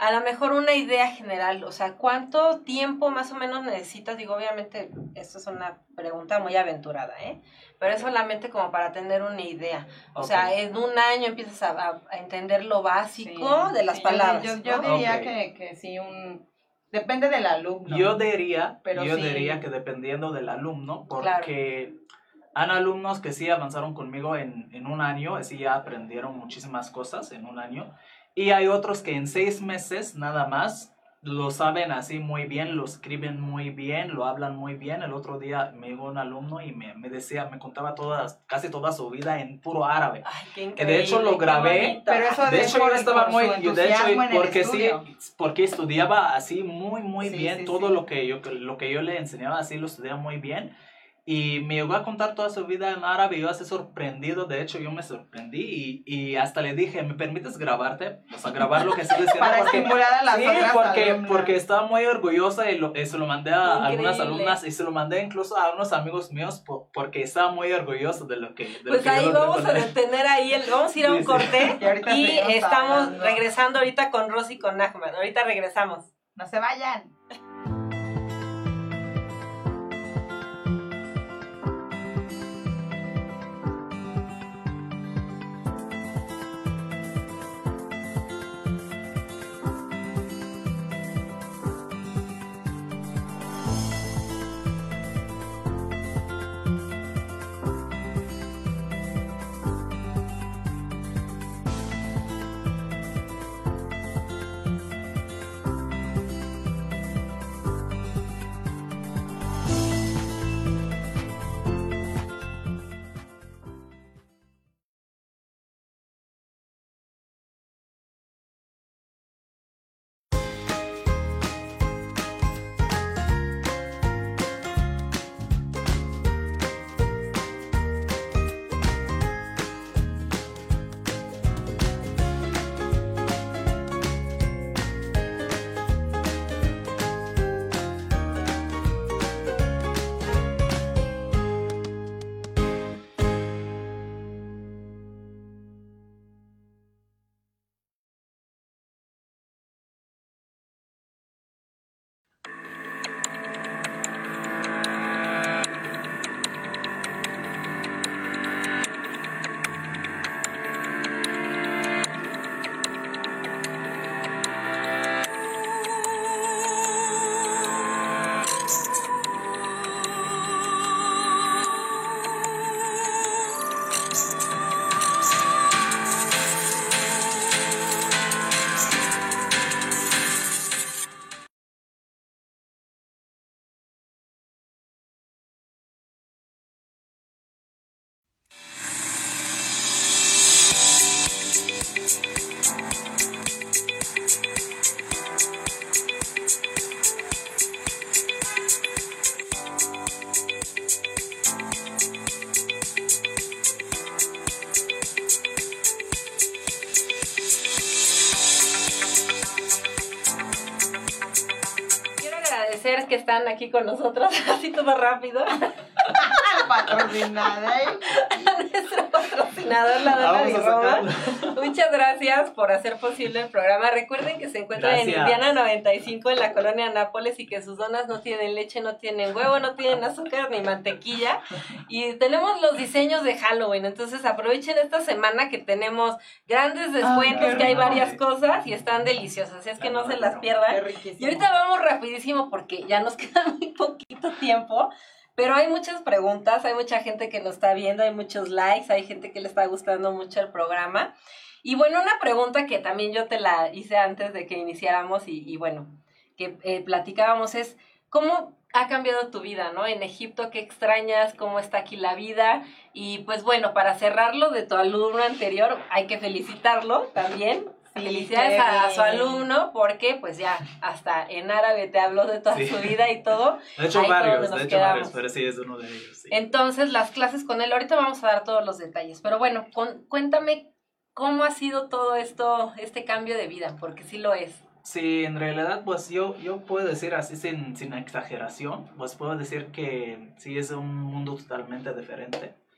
a lo mejor una idea general, o sea, ¿cuánto tiempo más o menos necesitas? Digo, obviamente, esto es una pregunta muy aventurada, ¿eh? Pero es solamente como para tener una idea. O okay. sea, en un año empiezas a, a, a entender lo básico sí, de las sí, palabras. Yo, yo, yo ¿no? diría okay. que, que sí, un... Depende del alumno. Yo diría, pero yo sí. diría que dependiendo del alumno, porque... Claro. Han alumnos que sí avanzaron conmigo en, en un año, así ya aprendieron muchísimas cosas en un año. Y hay otros que en seis meses nada más lo saben así muy bien, lo escriben muy bien, lo hablan muy bien. El otro día me llegó un alumno y me, me decía, me contaba todas, casi toda su vida en puro árabe. Ay, qué increíble, que de hecho lo grabé. Pero eso de, de hecho yo estaba muy, de hecho porque sí, estudio. porque estudiaba así muy muy sí, bien sí, todo sí. lo que yo lo que yo le enseñaba así lo estudiaba muy bien. Y me llegó a contar toda su vida en árabe y yo así sorprendido, de hecho yo me sorprendí y, y hasta le dije, ¿me permites grabarte? O sea, grabar lo que estoy diciendo. Para porque, estimular a las sí, otras porque, alumnas. porque estaba muy orgullosa y, lo, y se lo mandé a Increíble. algunas alumnas y se lo mandé incluso a unos amigos míos por, porque estaba muy orgulloso de lo que de Pues lo que ahí yo vamos a detener ahí, el, vamos a ir a un sí, corte sí. y, y estamos hablando. regresando ahorita con Rosy y con Ahmad. Ahorita regresamos. No se vayan. Que están aquí con nosotros, así todo rápido. Patrocinador. Nuestro patrocinador, la Dona de Roma. Muchas gracias por hacer posible el programa. Recuerden que se encuentra gracias. en Indiana noventa y cinco en la colonia Nápoles y que sus donas no tienen leche, no tienen huevo, no tienen azúcar ni mantequilla. Y tenemos los diseños de Halloween, entonces aprovechen esta semana que tenemos grandes descuentos, ah, que hay varias cosas y están deliciosas, así es que no se las pierdan. Y ahorita vamos rapidísimo porque ya nos queda muy poquito tiempo. Pero hay muchas preguntas, hay mucha gente que nos está viendo, hay muchos likes, hay gente que le está gustando mucho el programa. Y bueno, una pregunta que también yo te la hice antes de que iniciáramos y, y bueno, que eh, platicábamos es, ¿cómo ha cambiado tu vida, no? En Egipto, ¿qué extrañas? ¿Cómo está aquí la vida? Y pues bueno, para cerrarlo de tu alumno anterior, hay que felicitarlo también. Sí, felicidades a, a su alumno porque pues ya hasta en árabe te habló de toda sí. su vida y todo. De hecho varios, de hecho quedamos. varios, pero sí es uno de ellos. Sí. Entonces las clases con él, ahorita vamos a dar todos los detalles, pero bueno, con, cuéntame cómo ha sido todo esto, este cambio de vida, porque sí lo es. Sí, en realidad pues yo, yo puedo decir así sin, sin exageración, pues puedo decir que sí es un mundo totalmente diferente.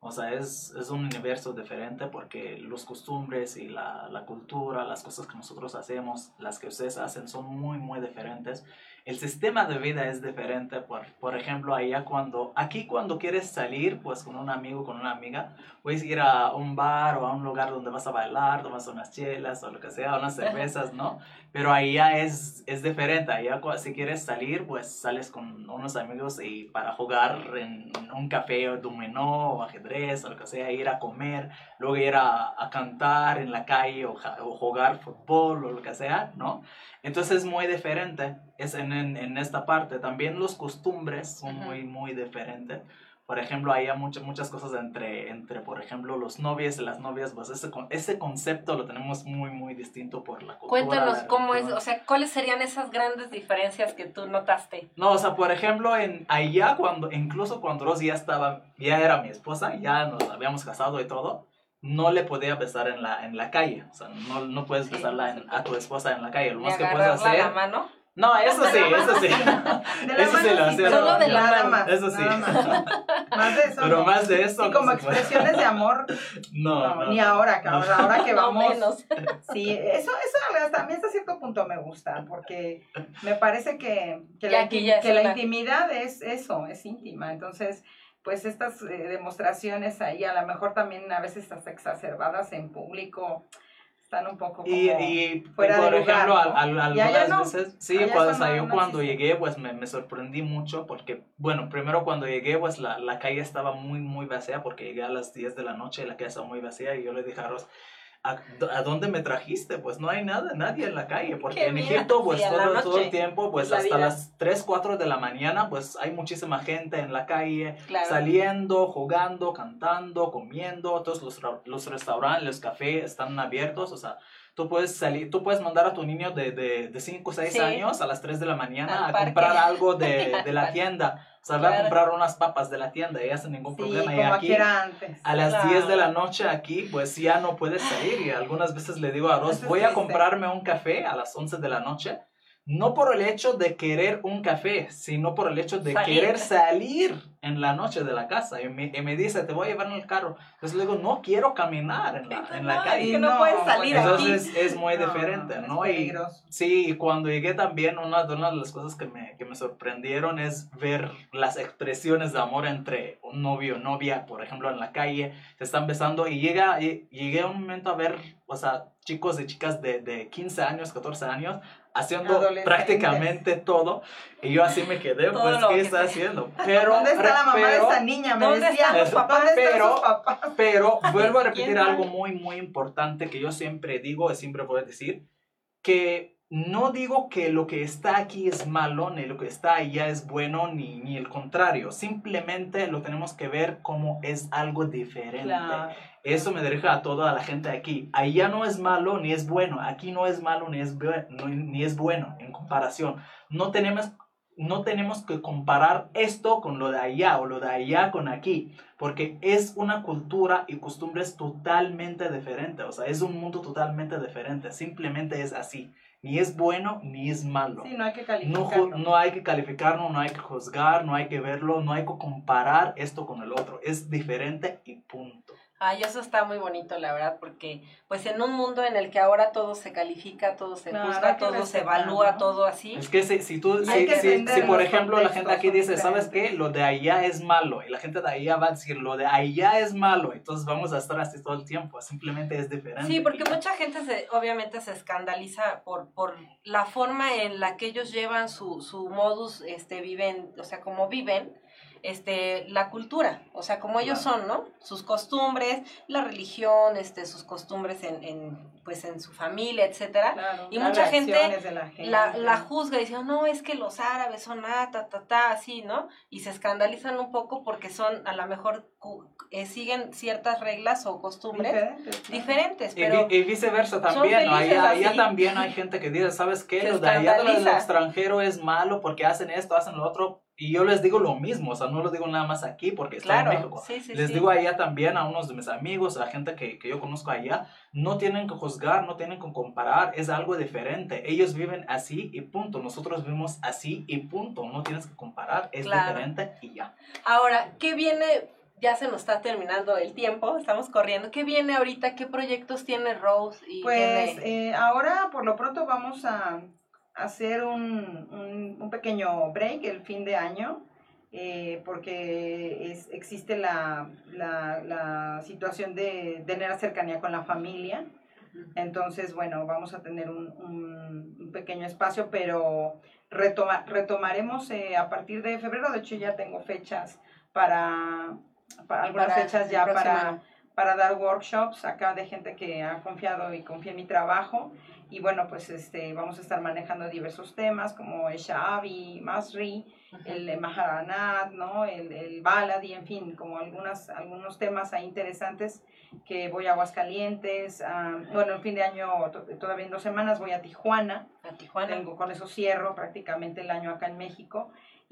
O sea, es, es un universo diferente porque los costumbres y la, la cultura, las cosas que nosotros hacemos, las que ustedes hacen son muy, muy diferentes. El sistema de vida es diferente. Por, por ejemplo, allá cuando, aquí cuando quieres salir, pues con un amigo, con una amiga, puedes ir a un bar o a un lugar donde vas a bailar, tomas unas chelas o lo que sea, unas cervezas, ¿no? Pero allá es, es diferente. Allá si quieres salir, pues sales con unos amigos y para jugar en un café o dominó o ajedrez o lo que sea, ir a comer, luego ir a, a cantar en la calle o, o jugar fútbol o lo que sea, ¿no? Entonces es muy diferente. Es en, en, en esta parte. También los costumbres son uh-huh. muy, muy diferentes. Por ejemplo, hay muchas, muchas cosas entre, entre, por ejemplo, los novios y las novias, pues ese, ese concepto lo tenemos muy, muy distinto por la cultura. Cuéntanos cómo es, o sea, ¿cuáles serían esas grandes diferencias que tú notaste? No, o sea, por ejemplo, en allá, cuando, incluso cuando Rosy ya estaba, ya era mi esposa, ya nos habíamos casado y todo, no le podía besar en la, en la calle. O sea, no, no puedes sí, besarla en, a tu esposa en la calle. Lo más que puedes hacer... la mano? No, eso sí, eso sí. Eso sí lo hacía. Solo de la mano. Más, eso sí. Más. más de eso. Pero no. más de eso. Y como no expresiones de amor. No, no, no ni no. ahora, que ahora, ahora que vamos. No menos. Sí, eso, eso también hasta cierto punto me gusta, porque me parece que, que, la, que una... la intimidad es eso, es íntima. Entonces, pues estas eh, demostraciones ahí, a lo mejor también a veces hasta exacerbadas en público, están un poco como y, y fuera por de lugar, ejemplo, ¿no? al, al, algunas no, veces, sí, pues, no, yo no cuando existe. llegué, pues me, me sorprendí mucho porque, bueno, primero cuando llegué, pues la, la calle estaba muy, muy vacía porque llegué a las diez de la noche y la calle estaba muy vacía y yo le dije a Ros, ¿A, ¿a dónde me trajiste? Pues no hay nada, nadie en la calle, porque en Egipto, pues sí, todo, todo el tiempo, pues la hasta vida. Las tres, cuatro de la mañana, pues hay muchísima gente en la calle, claro. Saliendo, jugando, cantando, comiendo, todos los, los restaurantes, los cafés están abiertos, o sea, tú puedes salir, tú puedes mandar a tu niño de, de, de cinco o seis sí. años a las tres de la mañana Al a comprar algo de, de la tienda. O sea, claro. Va a comprar unas papas de la tienda y sin ningún sí, problema. Como y aquí, era antes. a las claro. diez de la noche aquí, pues ya no puedes salir. Y algunas veces le digo a Ros, voy a comprarme un café a las once de la noche. No por el hecho de querer un café, sino por el hecho de salir. Querer salir en la noche de la casa. Y me, y me dice, te voy a llevar en el carro. Entonces le digo, no quiero caminar en la, en la no, calle. Es que no, no puedes salir Entonces aquí. es muy no, diferente, no, ¿no? Es y sí, y cuando llegué también, una, una de las cosas que me, que me sorprendieron es ver las expresiones de amor entre un novio o novia, por ejemplo, en la calle, se están besando y llega, y, llegué a un momento a ver, o sea, chicos y chicas de, de quince años, catorce años, haciendo prácticamente todo, y yo así me quedé, todo pues, ¿qué está haciendo? Pero, ¿dónde está la mamá pero, de esa niña? Me ¿dónde decía, están los papás? ¿dónde están pero, sus papás? Pero, vuelvo a repetir algo muy, muy importante que yo siempre digo, y siempre voy a decir, que no digo que lo que está aquí es malo, ni lo que está allá es bueno, ni, ni el contrario, simplemente lo tenemos que ver como es algo diferente. Claro. Eso me dirige a toda la gente aquí. Allá no es malo ni es bueno. Aquí no es malo ni es, no, ni es bueno en comparación. No tenemos, no tenemos que comparar esto con lo de allá o lo de allá con aquí. Porque es una cultura y costumbres totalmente diferente. O sea, es un mundo totalmente diferente. Simplemente es así. Ni es bueno ni es malo. Sí, no hay que calificarlo. No, no hay que calificarlo, no hay que juzgar, no hay que verlo, no hay que comparar esto con el otro. Es diferente y punto. Ay, eso está muy bonito, la verdad, porque pues en un mundo en el que ahora todo se califica, todo se claro, juzga, todo se evalúa, ¿no? Todo así. Es que si, si tú, si, si, si por ejemplo la gente aquí dice, ¿sabes qué? Lo de allá es malo, y la gente de allá va a decir, lo de allá es malo, entonces vamos a estar así todo el tiempo, simplemente es diferente. Sí, porque mucha gente se, obviamente se escandaliza por, por la forma en la que ellos llevan su, su modus, este, viven, o sea, como viven, este, la cultura, o sea, como ellos claro. son, ¿no? Sus costumbres, la religión, este, sus costumbres en, en pues en su familia, etcétera. Claro, y mucha gente la, gente la, la juzga y dice, no, es que los árabes son ah, ta, ta, ta, así, ¿no? Y se escandalizan un poco porque son, a lo mejor, eh, siguen ciertas reglas o costumbres diferentes, claro. diferentes pero y, y viceversa también, ¿no? Allá, allá también hay gente que dice, ¿sabes qué? Lo de allá de los extranjeros es malo porque hacen esto, hacen lo otro. Y yo les digo lo mismo, o sea, no lo digo nada más aquí porque estoy claro, en México. Sí, sí, les sí. digo allá también a unos de mis amigos, a gente que, que yo conozco allá, no tienen que juzgar, no tienen que comparar, es algo diferente. Ellos viven así y punto, nosotros vivimos así y punto, no tienes que comparar, es claro. diferente y ya. Ahora, ¿qué viene ya se nos está terminando el tiempo, estamos corriendo. ¿Qué viene ahorita? ¿Qué proyectos tiene Rose? Y pues tiene... eh, ahora por lo pronto vamos a hacer un, un, un pequeño break el fin de año, eh, porque es, existe la, la, la situación de tener cercanía con la familia. Entonces, bueno, vamos a tener un, un, un pequeño espacio, pero retoma, retomaremos eh, a partir de febrero. De hecho, ya tengo fechas para, para algunas para fechas ya para, para dar workshops acá de gente que ha confiado y confía en mi trabajo. Y bueno, pues este, vamos a estar manejando diversos temas como el Sha'avi, Masri, uh-huh. el Maharanat, ¿no? el, el Baladi, en fin, como algunas, algunos temas ahí interesantes que voy a Aguascalientes. Um, bueno, el fin de año, todavía en dos semanas, voy a Tijuana. A Tijuana. Tengo, con eso cierro prácticamente el año acá en México.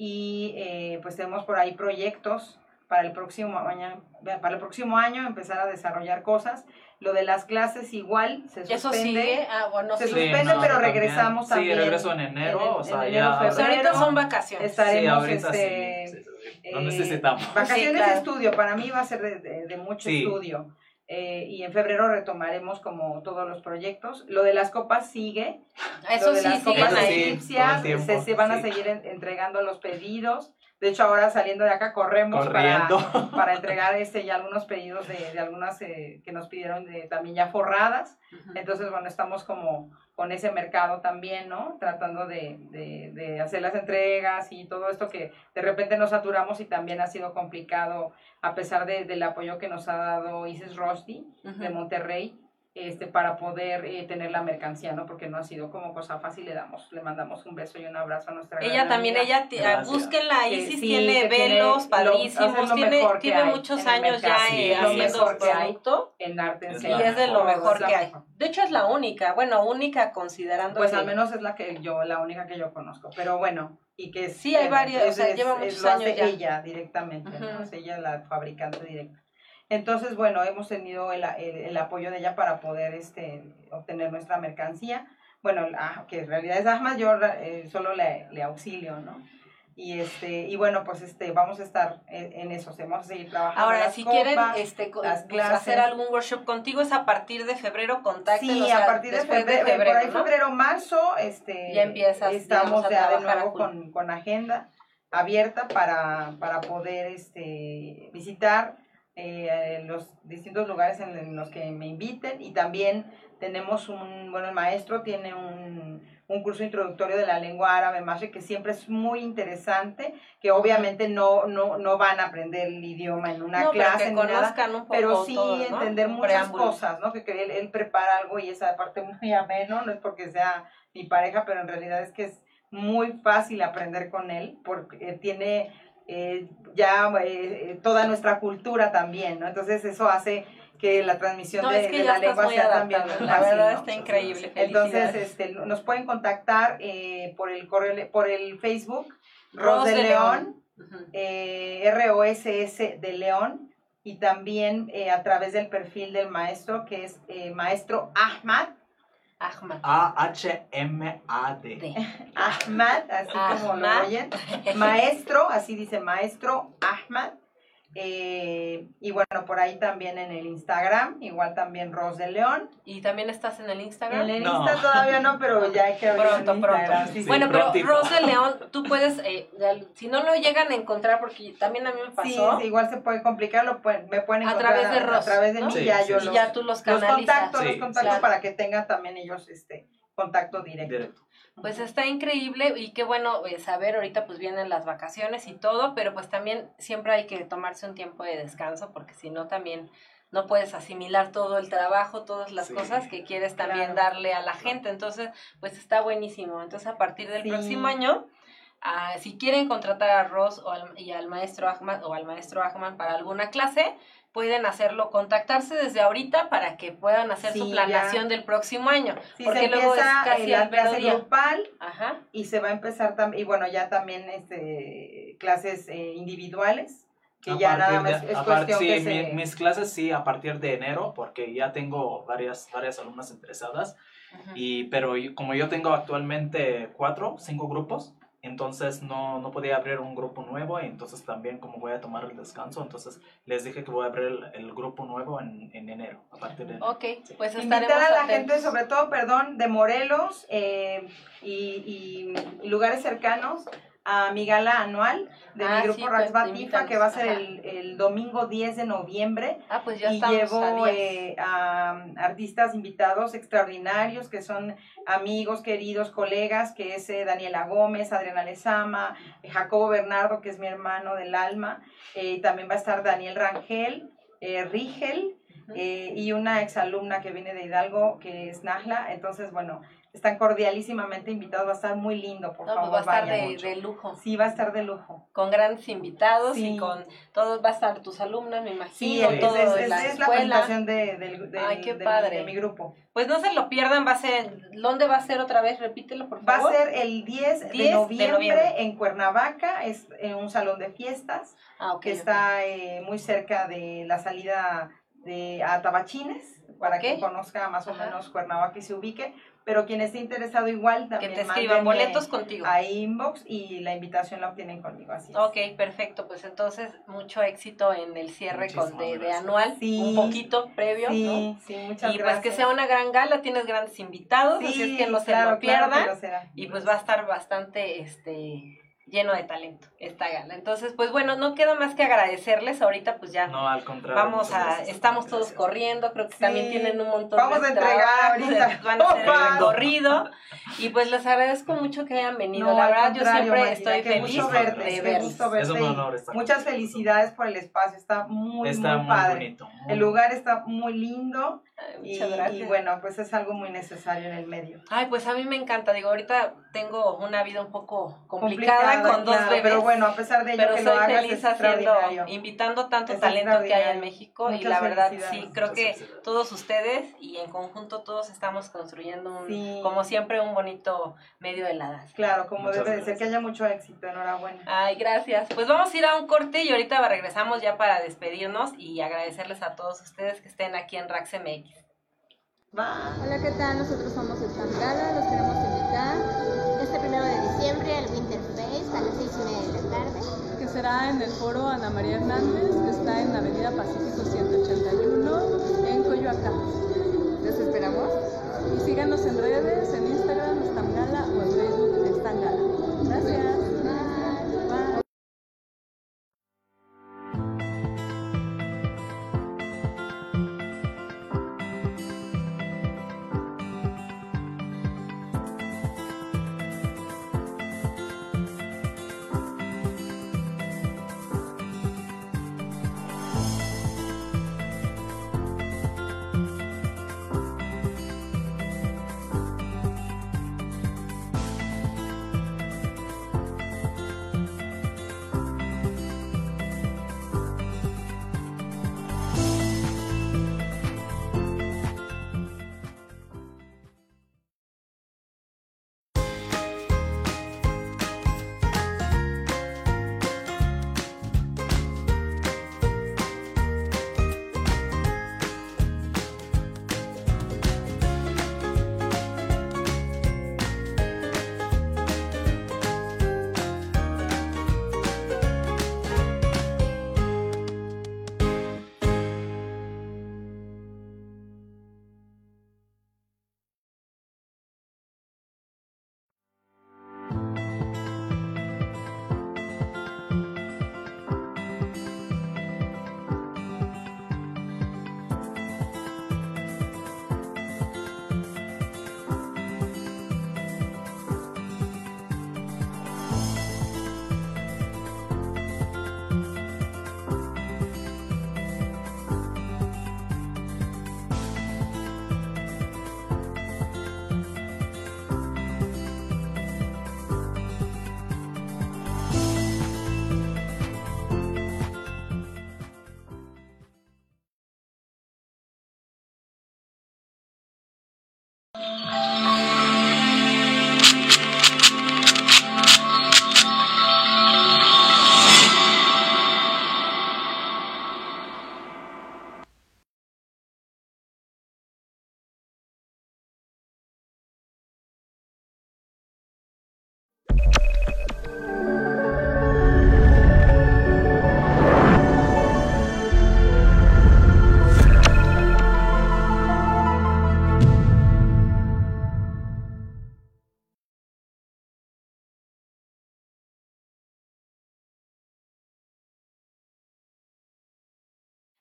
Y eh, pues tenemos por ahí proyectos para el próximo año, para el próximo año empezar a desarrollar cosas. Lo de las clases igual se suspende. ¿Eso sigue? Ah, bueno, se sí, suspende, no, pero también. regresamos también. Sí, regreso en enero, en, o sea, en ya. Enero, febrero, ahorita son vacaciones. Estaremos, sí, ahorita este, sí, sí, sí. Lo eh, necesitamos. Vacaciones sí, claro. de estudio, para mí va a ser de, de, de mucho sí. estudio. Eh, y en febrero retomaremos como todos los proyectos. Lo de las copas sigue. Eso Lo de sí, las siguen copas ahí. egipcias, sí, se, se van sí. a seguir en, entregando los pedidos. De hecho, ahora saliendo de acá corremos Corriendo. para, para entregar este ya algunos pedidos de, de algunas eh, que nos pidieron de, también ya forradas. Uh-huh. Entonces, bueno, estamos como con ese mercado también, ¿no? Tratando de, de, de hacer las entregas y todo esto que de repente nos saturamos y también ha sido complicado a pesar de, del apoyo que nos ha dado Isis Rosti uh-huh. de Monterrey. Este, para poder eh, tener la mercancía, ¿no? Porque no ha sido como cosa fácil. Le damos, le mandamos un beso y un abrazo a nuestra ella también, ella, Gracias. búsquenla, Isis sí, tiene velos padrísimos, lo, tiene, tiene hay, muchos años ya sí, eh, haciendo producto en arte en y es de lo mejor que hay. De hecho es la única, bueno, única considerando pues que, al menos es la que yo, la única que yo conozco, pero bueno, y que sí hay es, varias, es, o sea, es, lleva es, muchos lo años hace ya. ella directamente, uh-huh. ¿no? Es ella la fabricante directa. Entonces, bueno, hemos tenido el, el, el apoyo de ella para poder este, obtener nuestra mercancía. Bueno, ah, que en realidad es Ahmad, yo eh, solo le, le auxilio, ¿no? Y, este, y bueno, pues este, vamos a estar en, en eso, vamos a seguir trabajando. Ahora, las si copas, quieren este, pues, hacer algún workshop contigo, es a partir de febrero, contáctenos. Sí, a partir de febrero, de febrero, por ahí ¿no? febrero, marzo, este, ya empiezas, estamos digamos, ya de nuevo con, con agenda abierta para, para poder este, visitar Eh, los distintos lugares en los que me inviten. Y también tenemos un, bueno, el maestro tiene un, un curso introductorio de la lengua árabe Masri, que siempre es muy interesante, que obviamente no, no, no van a aprender el idioma en una no, clase, pero que ni nada, un poco pero sí todo, ¿no? entender Un muchas preámbulo. cosas, ¿no? Que, que él, él prepara algo y esa parte muy ameno, no es porque sea mi pareja, pero en realidad es que es muy fácil aprender con él, porque tiene Eh, ya eh, toda nuestra cultura también, ¿no? Entonces eso hace que la transmisión no, de, es que de ya la lengua sea también la fácil, verdad ¿no? está increíble. Entonces este, nos pueden contactar eh, por el correo, por el Facebook Ros de, de León, León. Uh-huh. eh, R O S S de León, y también eh, a través del perfil del maestro, que es eh, Maestro Ahmad. Ahmad. A H M A D. Ahmad, así Ahmad. Como lo oyen. Maestro, así dice Maestro Ahmad. Eh, y bueno, por ahí también en el Instagram, igual también Rose de León. ¿Y también estás en el Instagram? En el no. Insta todavía no, pero ya hay que abrir pronto, en pronto. Sí, bueno, sí, pero prontito. Rose de León, tú puedes, eh, si no lo llegan a encontrar, porque también a mí me pasó. Sí, sí, igual se puede complicar, lo pueden, me pueden encontrar a través de Rose, a través de ¿no? mí, Sí, ya sí, yo sí. los, y ya tú los los canalizas. contacto, sí, los contacto claro. para que tengan también ellos este contacto directo. Directo. Pues está increíble y qué bueno eh, saber, ahorita pues vienen las vacaciones y todo, pero pues también siempre hay que tomarse un tiempo de descanso porque si no también no puedes asimilar todo el trabajo, todas las sí. cosas que quieres también claro. darle a la gente, entonces pues está buenísimo. Entonces a partir del sí. próximo año, uh, si quieren contratar a Ros o al, y al maestro Ahmad o al maestro Ahmad para alguna clase, pueden hacerlo, contactarse desde ahorita para que puedan hacer sí, su planeación ya. del próximo año. Sí, porque se luego es empieza casi la el clase grupal. Ajá. Y se va a empezar también, y bueno, ya también este clases eh, individuales, que a ya nada más de, es cuestión sí, que mi, se... mis clases sí, a partir de enero, porque ya tengo varias, varias alumnas interesadas, uh-huh. y, pero como yo tengo actualmente cuatro, cinco grupos, entonces no, no podía abrir un grupo nuevo, y entonces también como voy a tomar el descanso, entonces les dije que voy a abrir el, el grupo nuevo en, en enero, a partir de enero. Ok, pues estaremos Invitar a la atentos. gente, sobre todo, perdón, de Morelos eh, y, y lugares cercanos, a mi gala anual de Ah, mi grupo sí, pues, Raxbat invítanos, Tifa, que va a ser ajá. el, el domingo diez de noviembre. Ah, pues ya Y estamos llevo a días. eh, a artistas invitados extraordinarios, que son amigos, queridos, colegas, que es eh, Daniela Gómez, Adriana Lezama, eh, Jacobo Bernardo, que es mi hermano del alma, eh, y también va a estar Daniel Rangel, eh, Rigel, eh, y una exalumna que viene de Hidalgo, que es Nahla. Entonces, bueno, están cordialísimamente invitados, va a estar muy lindo, por No, favor, pues va a estar vayan de, mucho. de lujo. Sí, va a estar de lujo. Con grandes invitados Sí. y con todos, va a estar tus alumnas, me Sí, imagino, es, todo es, en es, la es la escuela. presentación de, del- del- Ay, qué de mi- padre. de mi grupo. Pues no se lo pierdan, va a ser, ¿dónde va a ser otra vez? Repítelo, por Va favor. a ser el diez, diez de, de noviembre noviembre. en Cuernavaca, es en un salón de fiestas Ah, ok. que está eh, muy cerca de la salida de a Tabachines, para Ok. que conozca más o Ajá. menos Cuernavaca y se ubique. Pero quien esté interesado igual, Que también te escriban mándenme boletos contigo. a inbox y la invitación la obtienen conmigo, así es. Ok, perfecto. Pues entonces, mucho éxito en el cierre con Muchísimas de, de gracias. anual, Sí. un poquito previo, Sí, ¿no? sí, muchas Y pues gracias. que sea una gran gala, tienes grandes invitados, Sí, así es que no se claro, lo claro que pierdan. lo será. Y pues va a estar bastante este lleno de talento esta gala. Entonces, pues bueno, no queda más que agradecerles. Ahorita pues ya No, al contrario. vamos muchas a, gracias. estamos todos Gracias. corriendo, creo que Sí. también tienen un montón Vamos de a entregar trabajo, ahorita. van a hacer el Opa. recorrido y pues les agradezco mucho que hayan venido. No, La al verdad, yo contrario, siempre Mayra, estoy qué feliz gusto Muchísimas verte, de qué verlos. gusto verte Es un y honor estar muchas con ustedes. felicidades por el espacio, está muy, Está muy muy padre. bonito. muy El lugar está muy lindo Ay, y, muchas gracias. y bueno, pues es algo muy necesario en el medio. Ay, pues a mí me encanta. Digo, ahorita tengo una vida un poco complicada, con dos claro, bebés. pero bueno, a pesar de ello pero que soy lo hagas feliz es haciendo, extraordinario. invitando tanto Es talento que hay en extraordinario. México y Muchas la verdad felicidades. sí, creo Muchas que felicidades. todos ustedes y en conjunto todos estamos construyendo un, Sí. como siempre, un bonito medio de la danza. Claro, como Muchas debe de ser, gracias. que haya mucho éxito, enhorabuena. Ay, gracias. Pues vamos a ir a un corte y ahorita regresamos ya para despedirnos y agradecerles a todos ustedes que estén aquí en Rax M X. Bye. Hola, ¿qué tal? Nosotros somos Stan Gala, los queremos invitar este primero de diciembre al Winterfest a las seis y media de la tarde. Que será en el foro Ana María Hernández, que está en Avenida Pacífico ciento ochenta y uno, en Coyoacán. Los esperamos. Y síganos en redes, en Instagram, Stan Gala, o en Facebook, Stan Gala. Gracias. Bye. Bye. Bye.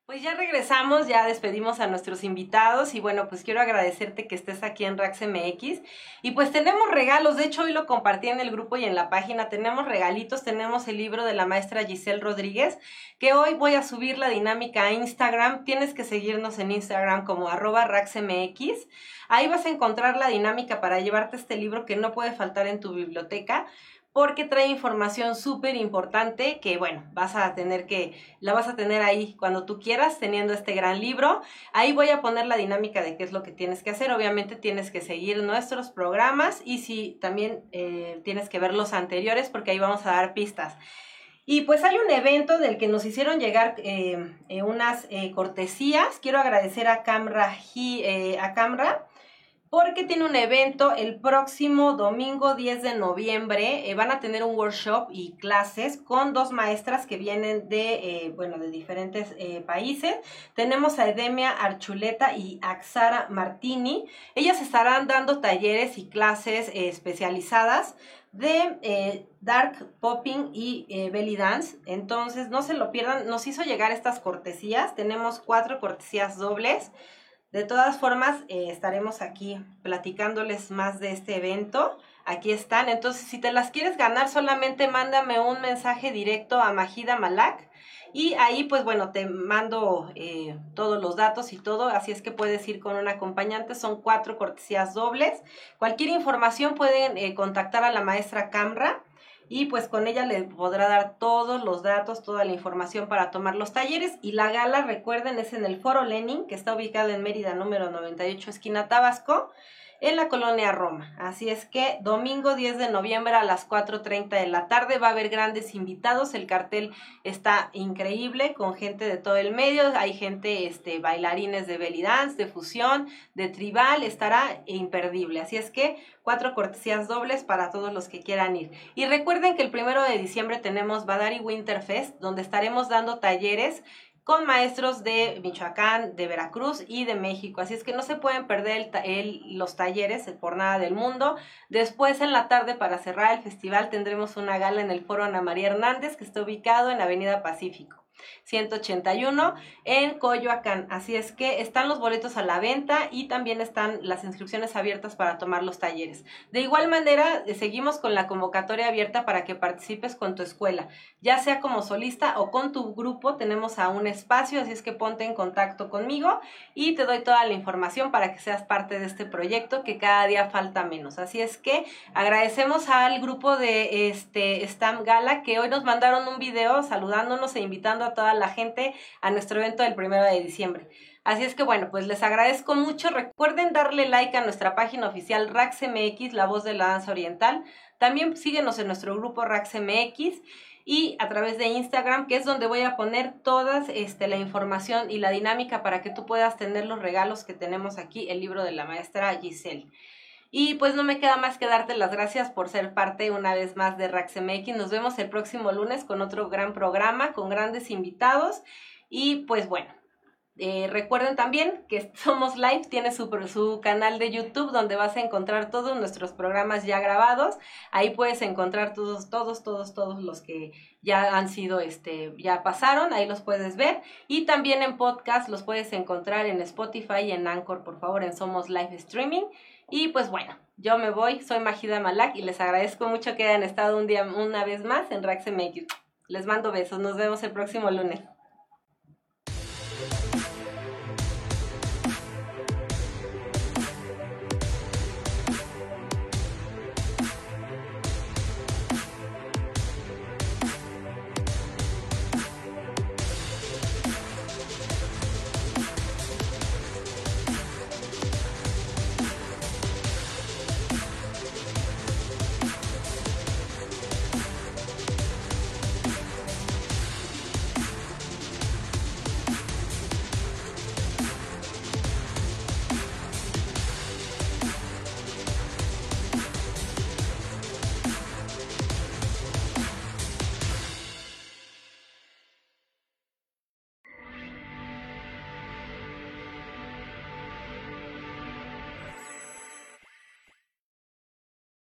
Pues ya regresamos, ya despedimos a nuestros invitados y bueno, pues quiero agradecerte que estés aquí en Rax M X y pues tenemos regalos, de hecho hoy lo compartí en el grupo y en la página, tenemos regalitos, tenemos el libro de la maestra Giselle Rodríguez, que hoy voy a subir la dinámica a Instagram, tienes que seguirnos en Instagram como arroba raxmx, ahí vas a encontrar la dinámica para llevarte este libro que no puede faltar en tu biblioteca, porque trae información súper importante que, bueno, vas a tener que, la vas a tener ahí cuando tú quieras, teniendo este gran libro. Ahí voy a poner la dinámica de qué es lo que tienes que hacer. Obviamente tienes que seguir nuestros programas y si también eh, tienes que ver los anteriores porque ahí vamos a dar pistas. Y pues hay un evento del que nos hicieron llegar eh, eh, unas eh, cortesías. Quiero agradecer a Camra, eh, a Camra porque tiene un evento el próximo domingo diez de noviembre, eh, van a tener un workshop y clases con dos maestras que vienen de, eh, bueno, de diferentes eh, países. Tenemos a Edemia Archuleta y Axara Martini. Ellas estarán dando talleres y clases eh, especializadas de eh, Dark Popping y eh, Belly Dance, entonces no se lo pierdan, nos hizo llegar estas cortesías, tenemos cuatro cortesías dobles. De todas formas, eh, estaremos aquí platicándoles más de este evento. Aquí están. Entonces, si te las quieres ganar, solamente mándame un mensaje directo a Majida Malak. Y ahí, pues bueno, te mando eh, todos los datos y todo. Así es que puedes ir con un acompañante. Son cuatro cortesías dobles. Cualquier información pueden eh, contactar a la maestra Camra. Y pues con ella le podrá dar todos los datos, toda la información para tomar los talleres. Y la gala, recuerden, es en el Foro Lenin, que está ubicado en Mérida número noventa y ocho, esquina Tabasco, en la colonia Roma. Así es que domingo diez de noviembre a las cuatro treinta de la tarde va a haber grandes invitados. El cartel está increíble con gente de todo el medio. Hay gente, este, bailarines de belly dance, de fusión, de tribal. Estará imperdible. Así es que cuatro cortesías dobles para todos los que quieran ir. Y recuerden que el primero de diciembre tenemos Badari Winter Fest, donde estaremos dando talleres con maestros de Michoacán, de Veracruz y de México. Así es que no se pueden perder el, el, los talleres por nada del mundo. Después, en la tarde, para cerrar el festival, tendremos una gala en el Foro Ana María Hernández, que está ubicado en Avenida Pacífico ciento ochenta y uno en Coyoacán. Así es que están los boletos a la venta y también están las inscripciones abiertas para tomar los talleres. De igual manera, seguimos con la convocatoria abierta para que participes con tu escuela, ya sea como solista o con tu grupo. Tenemos a un espacio, así es que ponte en contacto conmigo y te doy toda la información para que seas parte de este proyecto que cada día falta menos. Así es que agradecemos al grupo de este Stam Gala que hoy nos mandaron un video saludándonos e invitando a toda la gente a nuestro evento del primero de diciembre. Así es que bueno, pues les agradezco mucho. Recuerden darle like a nuestra página oficial Rax M X, la voz de la danza oriental. También síguenos en nuestro grupo Rax M X y a través de Instagram, que es donde voy a poner toda este, la información y la dinámica para que tú puedas tener los regalos que tenemos aquí, el libro de la maestra Giselle. Y pues no me queda más que darte las gracias por ser parte una vez más de Rax M X. Nos vemos el próximo lunes con otro gran programa, con grandes invitados. Y pues bueno, eh, recuerden también que Somos Live tiene su, su canal de YouTube donde vas a encontrar todos nuestros programas ya grabados. Ahí puedes encontrar todos, todos, todos, todos los que ya han sido, este, ya pasaron. Ahí los puedes ver. Y también en podcast los puedes encontrar en Spotify y en Anchor, por favor, en Somos Live Streaming. Y pues bueno, yo me voy, soy Majida Malak y les agradezco mucho que hayan estado un día, una vez más en Rax M X. Les mando besos, nos vemos el próximo lunes.